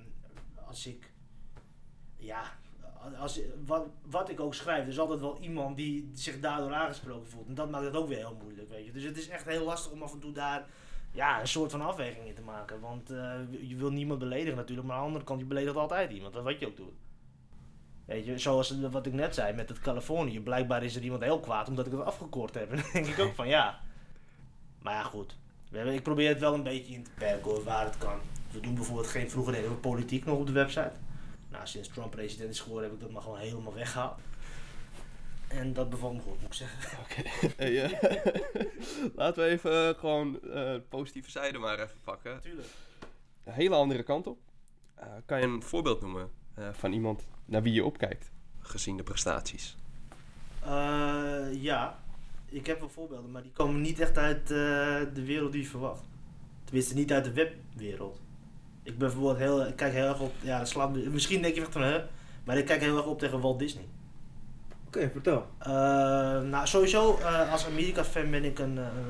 wat ik ook schrijf, er is altijd wel iemand die zich daardoor aangesproken voelt. En dat maakt het ook weer heel moeilijk, weet je. Dus het is echt heel lastig om af en toe daar een soort van afweging in te maken. Want je wil niemand beledigen natuurlijk, maar aan de andere kant, je beledigt altijd iemand. Wat je ook doet. Weet je, zoals wat ik net zei met het Californië. Blijkbaar is er iemand heel kwaad omdat ik het afgekort heb. En dan denk ik ook van ja. Maar ja, goed. Ik probeer het wel een beetje in te perken hoor, waar het kan. We doen bijvoorbeeld vroeger deden we politiek nog op de website. Nou, sinds Trump president is geworden heb ik dat maar gewoon helemaal weggehaald. En dat bevalt me goed, moet ik zeggen. Oké. Hey, laten we even gewoon de positieve zijde maar even pakken. Tuurlijk. Een hele andere kant op. Kan je een voorbeeld noemen van iemand naar wie je opkijkt, gezien de prestaties? Ja, ik heb wel voorbeelden, maar die komen niet echt uit de wereld die je verwacht. Tenminste, niet uit de webwereld. Ik ben bijvoorbeeld ik kijk heel erg op, ja, dat slaat misschien denk je echt van, maar ik kijk heel erg op tegen Walt Disney. Oké, vertel. Nou, sowieso, als Amerika-fan ben ik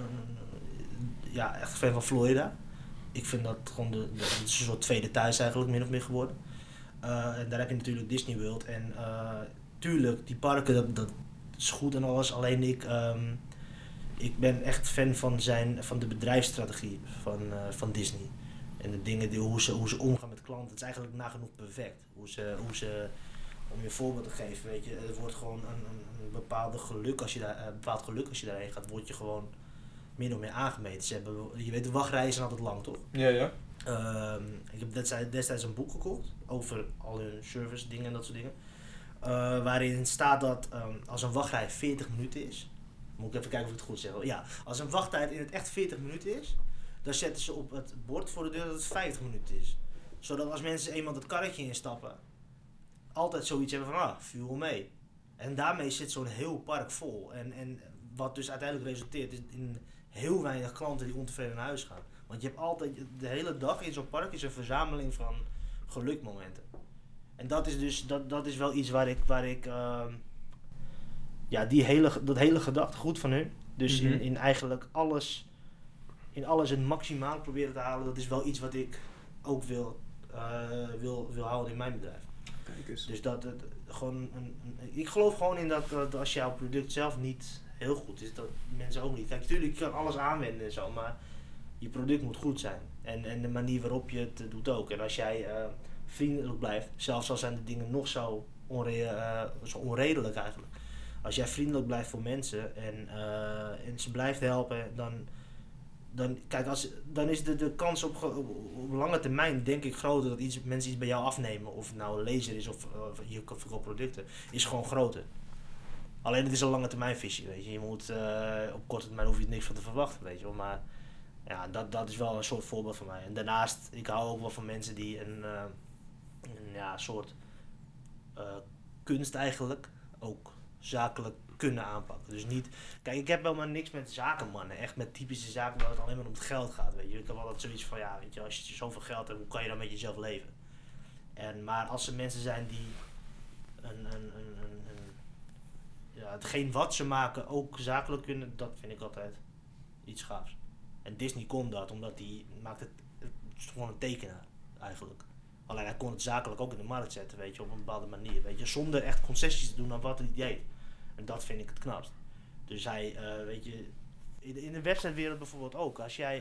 echt fan van Florida. Ik vind dat gewoon dat is een soort tweede thuis eigenlijk, min of meer geworden. En daar heb je natuurlijk Disney World. En tuurlijk, die parken, dat is goed en alles. Alleen ik ben echt fan van de bedrijfsstrategie van Disney. En de dingen, hoe ze omgaan met klanten. Het is eigenlijk nagenoeg perfect. Hoe ze, om je een voorbeeld te geven, weet je, er wordt gewoon een bepaald geluk als je daarheen gaat, word je gewoon min of meer aangemeten. Je weet, de wachtrijen zijn altijd lang, toch? Ja. Ik heb destijds een boek gekocht over al hun service dingen en dat soort dingen. Waarin staat dat als een wachtrij 40 minuten is, moet ik even kijken of ik het goed zeg. Ja, als een wachttijd in het echt 40 minuten is, dan zetten ze op het bord voor de deur dat het 50 minuten is. Zodat als mensen eenmaal dat karretje instappen, altijd zoiets hebben van, viel wel mee. En daarmee zit zo'n heel park vol. En wat dus uiteindelijk resulteert in heel weinig klanten die ontevreden naar huis gaan. Want je hebt altijd, de hele dag in zo'n park is een verzameling van gelukmomenten. En dat is dus, dat is wel iets waar ik dat hele gedachtegoed van hun, dus in eigenlijk alles het maximaal proberen te halen, dat is wel iets wat ik ook wil houden in mijn bedrijf. Kijk eens. Dus ik geloof gewoon in dat als jouw product zelf niet heel goed is, dat mensen ook niet. Kijk, natuurlijk, je kan alles aanwenden en zo, maar je product moet goed zijn. En de manier waarop je het doet ook. En als jij vriendelijk blijft, zelfs al zijn de dingen nog zo onredelijk eigenlijk. Als jij vriendelijk blijft voor mensen en ze blijft helpen, dan is de kans op lange termijn denk ik groter dat mensen iets bij jou afnemen. Of het nou een laser is of je verkoopt producten. Is gewoon groter. Alleen het is een lange termijn visie, weet je. Je moet op korte termijn hoef je er niks van te verwachten, weet je wel. Maar ja, dat is wel een soort voorbeeld van mij. En daarnaast, ik hou ook wel van mensen die een soort kunst eigenlijk ook zakelijk kunnen aanpakken. Dus niet... Kijk, ik heb helemaal niks met zakenmannen. Echt met typische zaken waar het alleen maar om het geld gaat, weet je. Ik heb altijd zoiets van, ja, weet je, als je zoveel geld hebt, hoe kan je dan met jezelf leven? Maar als er mensen zijn die hetgeen wat ze maken ook zakelijk kunnen, dat vind ik altijd iets gaafs. En Disney kon dat, omdat hij maakt het is gewoon een tekenaar, eigenlijk. Alleen hij kon het zakelijk ook in de markt zetten, weet je, op een bepaalde manier, weet je, zonder echt concessies te doen aan wat hij deed. En dat vind ik het knapst. Dus hij, weet je, in de websitewereld bijvoorbeeld ook, als jij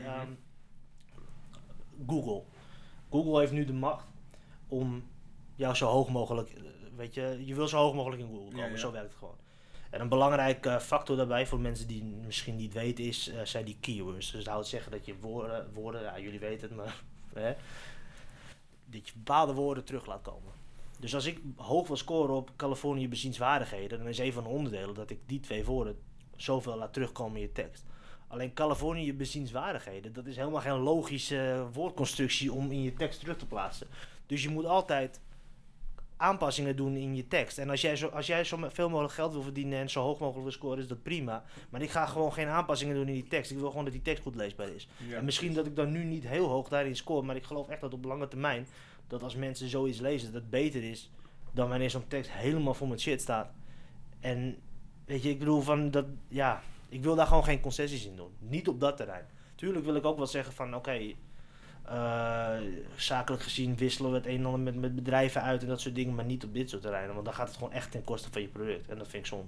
Google heeft nu de macht om jou zo hoog mogelijk, weet je wil zo hoog mogelijk in Google komen, zo werkt het gewoon. En een belangrijke factor daarbij voor mensen die misschien niet weten zijn die keywords. Dus dat houdt zeggen dat je woorden, ja, jullie weten het, maar dat je bepaalde woorden terug laat komen. Dus als ik hoog wil scoren op Californië bezienswaardigheden, dan is een van de onderdelen dat ik die 2 woorden zoveel laat terugkomen in je tekst. Alleen Californië bezienswaardigheden, dat is helemaal geen logische woordconstructie om in je tekst terug te plaatsen. Dus je moet altijd aanpassingen doen in je tekst. En als jij zo veel mogelijk geld wil verdienen en zo hoog mogelijk wil scoren, is dat prima. Maar ik ga gewoon geen aanpassingen doen in die tekst. Ik wil gewoon dat die tekst goed leesbaar is. Ja, en misschien dat ik dan nu niet heel hoog daarin score, maar ik geloof echt dat op lange termijn, dat als mensen zoiets lezen, dat het beter is dan wanneer zo'n tekst helemaal vol met shit staat. En weet je, ik bedoel van dat, ja, ik wil daar gewoon geen concessies in doen. Niet op dat terrein. Tuurlijk wil ik ook wel zeggen van oké, zakelijk gezien wisselen we het een en ander met bedrijven uit en dat soort dingen, maar niet op dit soort terreinen, want dan gaat het gewoon echt ten koste van je product en dat vind ik zonde.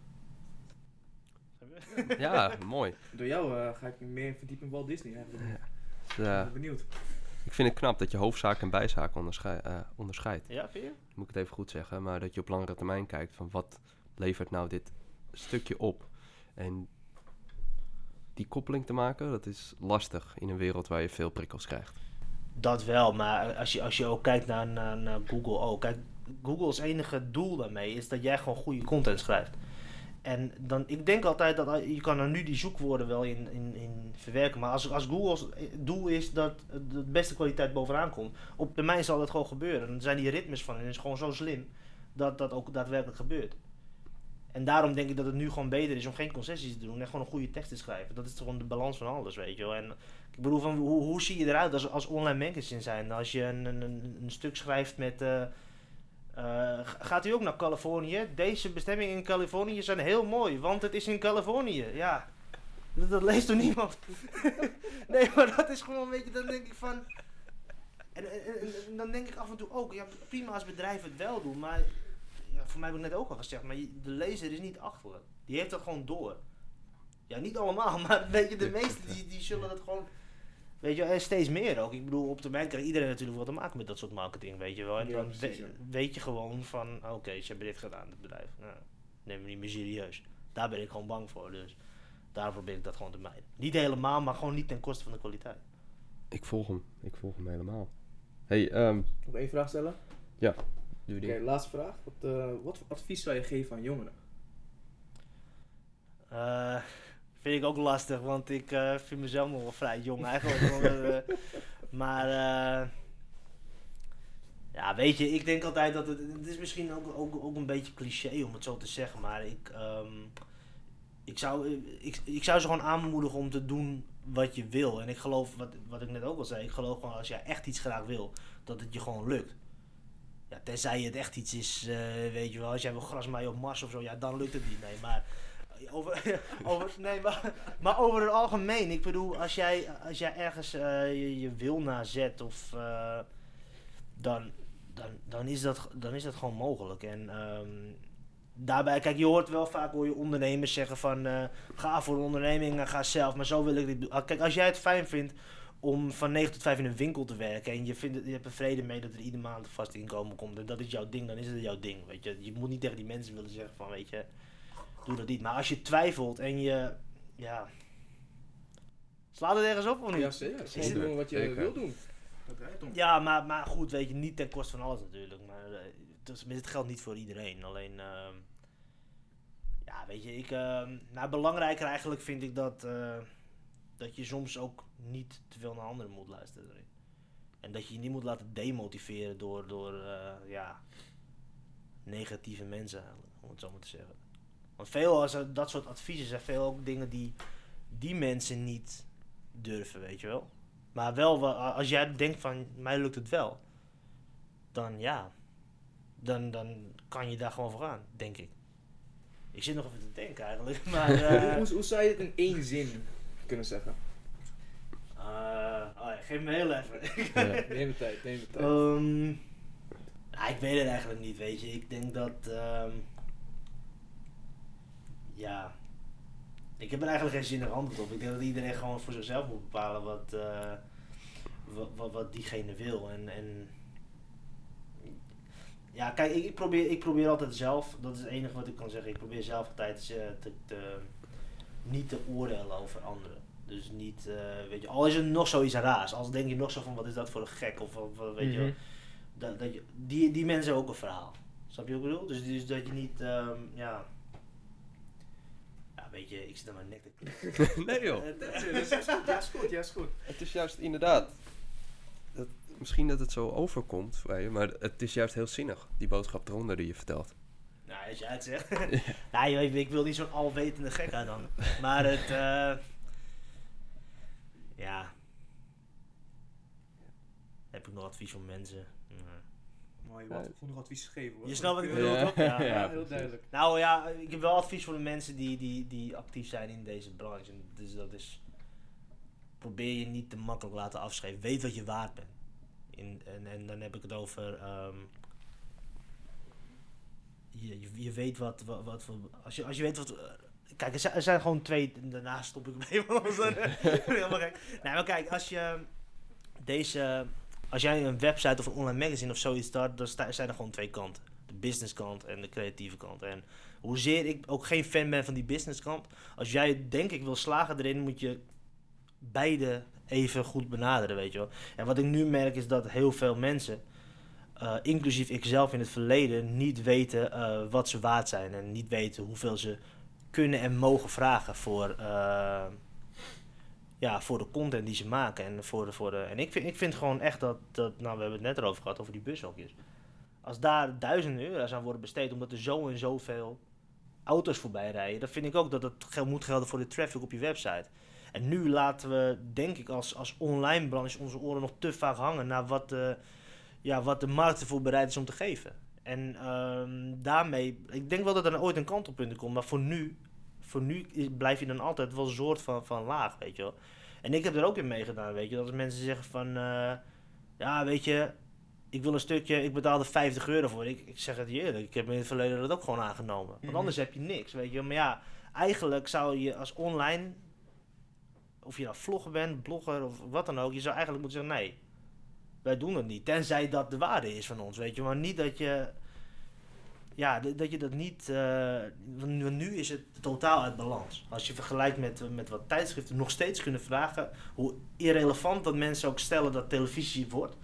Ja, mooi. Door jou ga ik meer verdiepen in Walt Disney eigenlijk. Ja. Ik ben benieuwd. Ik vind het knap dat je hoofdzaak en bijzaak onderscheidt. Ja, vind je? Moet ik het even goed zeggen, maar dat je op langere termijn kijkt van wat levert nou dit stukje op. En die koppeling te maken, dat is lastig in een wereld waar je veel prikkels krijgt. Dat wel, maar als je ook kijkt naar Google ook. Kijk, Google's enige doel daarmee is dat jij gewoon goede content schrijft. En dan, ik denk altijd dat je kan er nu die zoekwoorden wel in verwerken. Maar als Google's doel is dat de beste kwaliteit bovenaan komt, op termijn zal dat gewoon gebeuren. Dan zijn die ritmes van hen is gewoon zo slim dat dat ook daadwerkelijk gebeurt. En daarom denk ik dat het nu gewoon beter is om geen concessies te doen en gewoon een goede tekst te schrijven. Dat is gewoon de balans van alles, weet je wel. En ik bedoel, van hoe zie je eruit als online magazine zijn? Als je een stuk schrijft met... gaat u ook naar Californië? Deze bestemmingen in Californië zijn heel mooi, want het is in Californië. Ja, dat leest toch niemand? Nee, maar dat is gewoon een beetje, dan denk ik van... En dan denk ik af en toe ook, ja, prima als bedrijven het wel doen, maar... Ja, voor mij heb ik net ook al gezegd, maar de lezer is niet achterlijk. Die heeft dat gewoon door. Ja, niet allemaal, maar weet je, de meesten die zullen dat gewoon... Weet je, en steeds meer ook. Ik bedoel, op termijn krijgt iedereen natuurlijk wat te maken met dat soort marketing, weet je wel. En dan weet je gewoon van, oké, ze hebben dit gedaan, het bedrijf. Nou, neem me niet meer serieus. Daar ben ik gewoon bang voor, dus daarom probeer ik dat gewoon te mijden. Niet helemaal, maar gewoon niet ten koste van de kwaliteit. Ik volg hem helemaal. Hey, nog 1 vraag stellen? Ja, doe die. Oké, laatste vraag. Wat voor advies zou je geven aan jongeren? Vind ik ook lastig, want ik vind mezelf nog wel vrij jong eigenlijk. Maar ja, weet je, ik denk altijd dat het is misschien ook een beetje cliché om het zo te zeggen, maar ik zou ze gewoon aanmoedigen om te doen wat je wil. En ik geloof, wat ik net ook al zei, ik geloof gewoon als jij echt iets graag wil, dat het je gewoon lukt. Ja, tenzij het echt iets is, weet je wel, als jij wil grasmaaien op Mars of zo, ja, dan lukt het niet, nee, maar... Maar over het algemeen, ik bedoel, als jij ergens je wil nazet of dan is dat gewoon mogelijk. En daarbij, kijk, je hoort wel vaak ondernemers zeggen van ga voor een onderneming en ga zelf, maar zo wil ik dit doen. Kijk, als jij het fijn vindt om van 9 tot 5 in een winkel te werken en je hebt er vrede mee dat er iedere maand een vast inkomen komt en dat is jouw ding, dan is het jouw ding, weet je. Je moet niet tegen die mensen willen zeggen van, weet je, doe dat niet. Maar als je twijfelt en je Slaat het ergens op of niet? Ja, zeker. Zeker. Gewoon doen wat je Zeker. wil doen. Dat draait om. Ja, maar goed, weet je, niet ten koste van alles natuurlijk. Maar het geldt niet voor iedereen. Alleen, ja, weet je, nou, belangrijker eigenlijk vind ik dat je soms ook niet te veel naar anderen moet luisteren erin. En dat je je niet moet laten demotiveren door ja, negatieve mensen eigenlijk, om het zo maar te zeggen. Want veel als er dat soort adviezen zijn, veel ook dingen die mensen niet durven, weet je wel. Maar wel, als jij denkt van, mij lukt het wel, dan ja, dan kan je daar gewoon voor gaan, denk ik. Ik zit nog even te denken eigenlijk, maar... Hoe zou je het in 1 zin kunnen zeggen? ja, geef me heel even. Neem de tijd. Nou, ik weet het eigenlijk niet, weet je. Ik denk dat... ja... Ik heb er eigenlijk geen zinnig antwoord op. Ik denk dat iedereen gewoon voor zichzelf moet bepalen wat diegene wil. En ja, kijk, ik probeer altijd zelf, dat is het enige wat ik kan zeggen. Ik probeer zelf altijd niet te oordelen over anderen. Dus niet, weet je, al is er nog zoiets raars. Als denk je nog zo van, wat is dat voor een gek? Of weet je wel. Die mensen hebben ook een verhaal. Snap je wat ik bedoel? Dus dat je niet, ja, weet je, ik zit aan mijn nek te klikken. Nee joh. Ja, is goed. Het is juist inderdaad... Misschien dat het zo overkomt bij je, maar het is juist heel zinnig, die boodschap eronder die je vertelt. Nou, als jij het zegt. Nee, ik wil niet zo'n alwetende gek uit dan. Maar het... ja... Heb ik nog advies voor mensen? Maar je wilt genoeg advies geven hoor. Je snapt wat ik bedoel, toch? Ja, Ja, heel precies. duidelijk. Nou ja, ik heb wel advies voor de mensen die actief zijn in deze branche. Dus dat is... Probeer je niet te makkelijk laten afschrijven. Weet wat je waard bent. En dan heb ik het over... je weet wat voor... Als je weet wat... Kijk, er zijn gewoon 2... Daarna stop ik mee. Helemaal gek. Nee, maar kijk, als jij een website of een online magazine of zoiets start, dan zijn er gewoon 2 kanten. De business kant en de creatieve kant. En hoezeer ik ook geen fan ben van die business kant, als jij denk ik wil slagen erin, moet je beide even goed benaderen, weet je wel. En wat ik nu merk is dat heel veel mensen, inclusief ikzelf in het verleden, niet weten wat ze waard zijn. En niet weten hoeveel ze kunnen en mogen vragen voor de content die ze maken. En ik vind gewoon echt dat, nou we hebben het net erover gehad, over die bushokjes. Als daar €1000 aan worden besteed omdat er zo en zoveel auto's voorbij rijden, dan vind ik ook dat het moet gelden voor de traffic op je website. En nu laten we, denk ik, als online branche onze oren nog te vaak hangen naar wat de markt ervoor bereid is om te geven. En daarmee, ik denk wel dat er ooit een kantelpunt komt, maar voor nu blijf je dan altijd wel een soort van laag, weet je wel. En ik heb er ook in meegedaan, weet je, dat als mensen zeggen van, ja, weet je, ik wil een stukje, ik betaalde €50 voor. Ik zeg het je eerlijk, ik heb in het verleden dat ook gewoon aangenomen. Want anders heb je niks, weet je. Maar ja, eigenlijk zou je als online, of je nou vlogger bent, blogger of wat dan ook, je zou eigenlijk moeten zeggen, nee, wij doen dat niet. Tenzij dat de waarde is van ons, weet je. Maar niet dat je, ja, dat je dat niet, want nu is het totaal uit balans. Als je vergelijkt met wat tijdschriften nog steeds kunnen vragen, hoe irrelevant dat mensen ook stellen dat televisie wordt,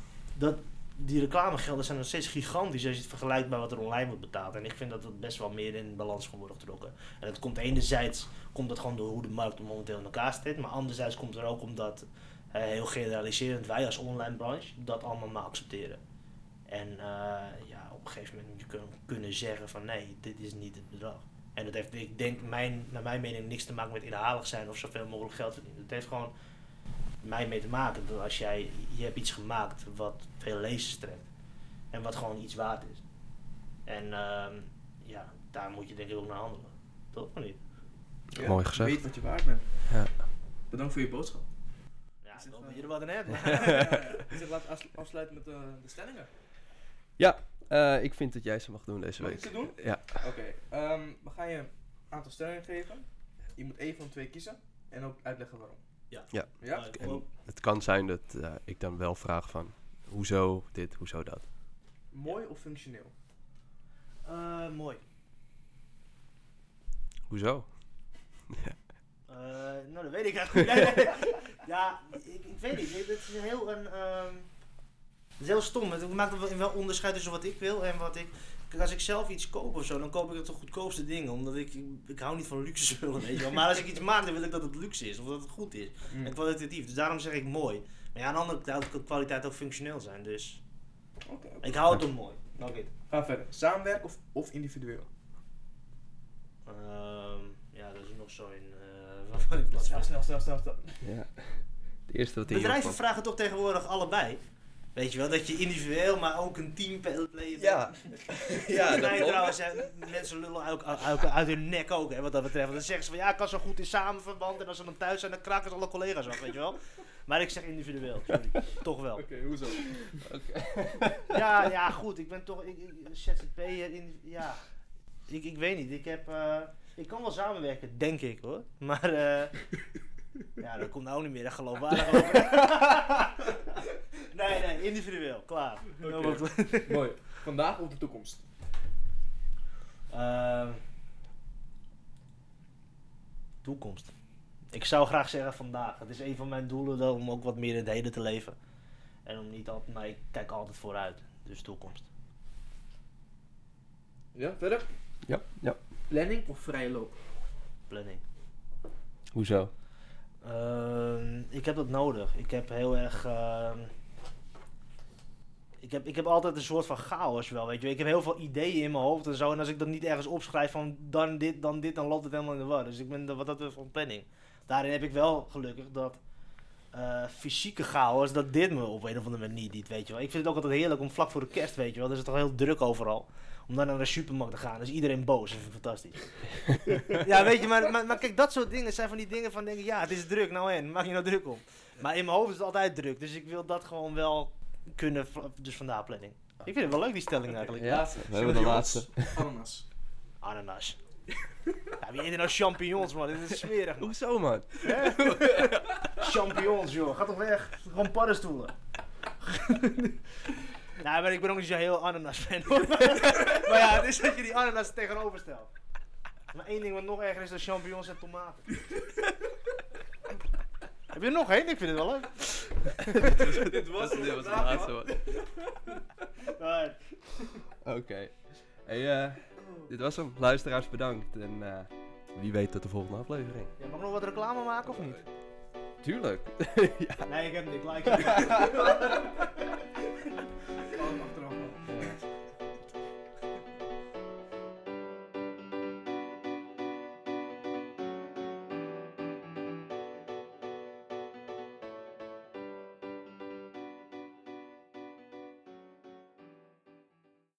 die reclamegelden zijn nog steeds gigantisch als je het vergelijkt bij wat er online wordt betaald. En ik vind dat best wel meer in balans kan worden getrokken. En dat komt enerzijds gewoon door hoe de markt momenteel in elkaar zit. Maar anderzijds komt het er ook omdat, heel generaliserend, wij als online branche dat allemaal maar accepteren. En op een gegeven moment moet je kunnen zeggen van nee, dit is niet het bedrag. En dat heeft, ik denk, naar mijn mening niks te maken met inhalig zijn of zoveel mogelijk geld verdienen. Het heeft gewoon mij mee te maken dat als je hebt iets gemaakt wat veel lezers trekt en wat gewoon iets waard is. En daar moet je denk ik ook naar handelen. Toch of niet? Ja, Mooi gezegd. Weet wat je waard bent. Ja. Bedankt voor je boodschap. Ja, ik weet je er wat in hebt. Dus ik laat afsluiten met de stellingen. Ja, ik vind dat jij ze mag doen deze Mag week. ik ze doen? Ja. Oké, we gaan je een aantal stellingen geven. Je moet één van de 2 kiezen en ook uitleggen waarom. Ja. Ja. Ja? En het kan zijn dat ik dan wel vraag van, hoezo dit, hoezo dat? Mooi of functioneel? Mooi. Hoezo? Nou, dat weet ik eigenlijk niet. Nee. Ja, ik weet niet. Het is het is heel stom. Het maakt wel onderscheid tussen wat ik wil en wat ik... Kijk, als ik zelf iets koop of zo, dan koop ik het de goedkoopste dingen. Omdat ik hou niet van luxe spullen, weet je wel. Maar als ik iets maak, dan wil ik dat het luxe is. Of dat het goed is. En kwalitatief. Dus daarom zeg ik mooi. Maar ja, aan de andere kant kan kwaliteit ook functioneel zijn. Dus Oké. ik hou het om mooi. Oké. Ga verder. Samenwerken of individueel? Ja, dat is nog zo in... waarvan ik Snel. Ja. De eerste wat in je Bedrijven opkwam. vragen toch tegenwoordig allebei. Weet je wel, dat je individueel, maar ook een teamplayer bent. Ja. Ja, dat klopt. Trouwens, mensen lullen ook uit hun nek ook, hè, wat dat betreft. Want dan zeggen ze van, ja, ik kan zo goed in samenverband. En als ze dan thuis zijn, dan kraken ze alle collega's af, weet je wel. Maar ik zeg individueel, sorry. Toch wel. Oké, hoezo? Ja, goed, ik ben toch... ZZP'er, ja... Ik weet niet, ik kan wel samenwerken, denk ik, hoor. Maar, ja, dat komt nou ook niet meer, dat geloofwaardig over. Nee, individueel, klaar. Oké. Mooi. Vandaag of de toekomst? Toekomst. Ik zou graag zeggen vandaag. Het is een van mijn doelen om ook wat meer in het heden te leven. En om niet altijd, maar ik kijk altijd vooruit. Dus toekomst. Ja, verder? Ja. Planning of vrije loop? Planning. Hoezo? Ik heb dat nodig. Ik heb heel erg... Ik heb altijd een soort van chaos wel, weet je. Ik heb heel veel ideeën in mijn hoofd en zo. En als ik dat niet ergens opschrijf van dan dit, dan loopt het helemaal in de war. Dus ik ben wat dat betreft van planning. Daarin heb ik wel gelukkig dat fysieke chaos, dat dit me op een of andere manier niet, weet je wel. Ik vind het ook altijd heerlijk om vlak voor de kerst, weet je wel. Er is het toch heel druk overal. Om dan naar de supermarkt te gaan. Dan is iedereen boos. Dat vind ik fantastisch. Ja, weet je, maar kijk, dat soort dingen zijn van die dingen van denken, ja, het is druk, nou en, maak je nou druk om. Maar in mijn hoofd is het altijd druk. Dus ik wil dat gewoon wel kunnen, dus vandaar planning. Ik vind het wel leuk, die stelling eigenlijk. Ja, we hebben de laatste. Ananas. Ananas. Ja, wie eet er nou champignons, man? Dit is smerig, man. Hoezo, man? Champignons, joh. Ga toch weg. Gewoon paddenstoelen. Nou, maar ik ben ook niet zo heel ananas-fan, hoor. Maar ja, het is dat je die ananas tegenover stelt. Maar één ding wat nog erger is dan champignons en tomaten. Heb je er nog één? Ik vind het wel leuk. Dit was de laatste, man. Right. Oké. Hey, dit was hem. Luisteraars, bedankt. En wie weet tot de volgende aflevering. Ja, mag ik nog wat reclame maken of niet? Tuurlijk. Ja. Nee, ik heb niks. Like.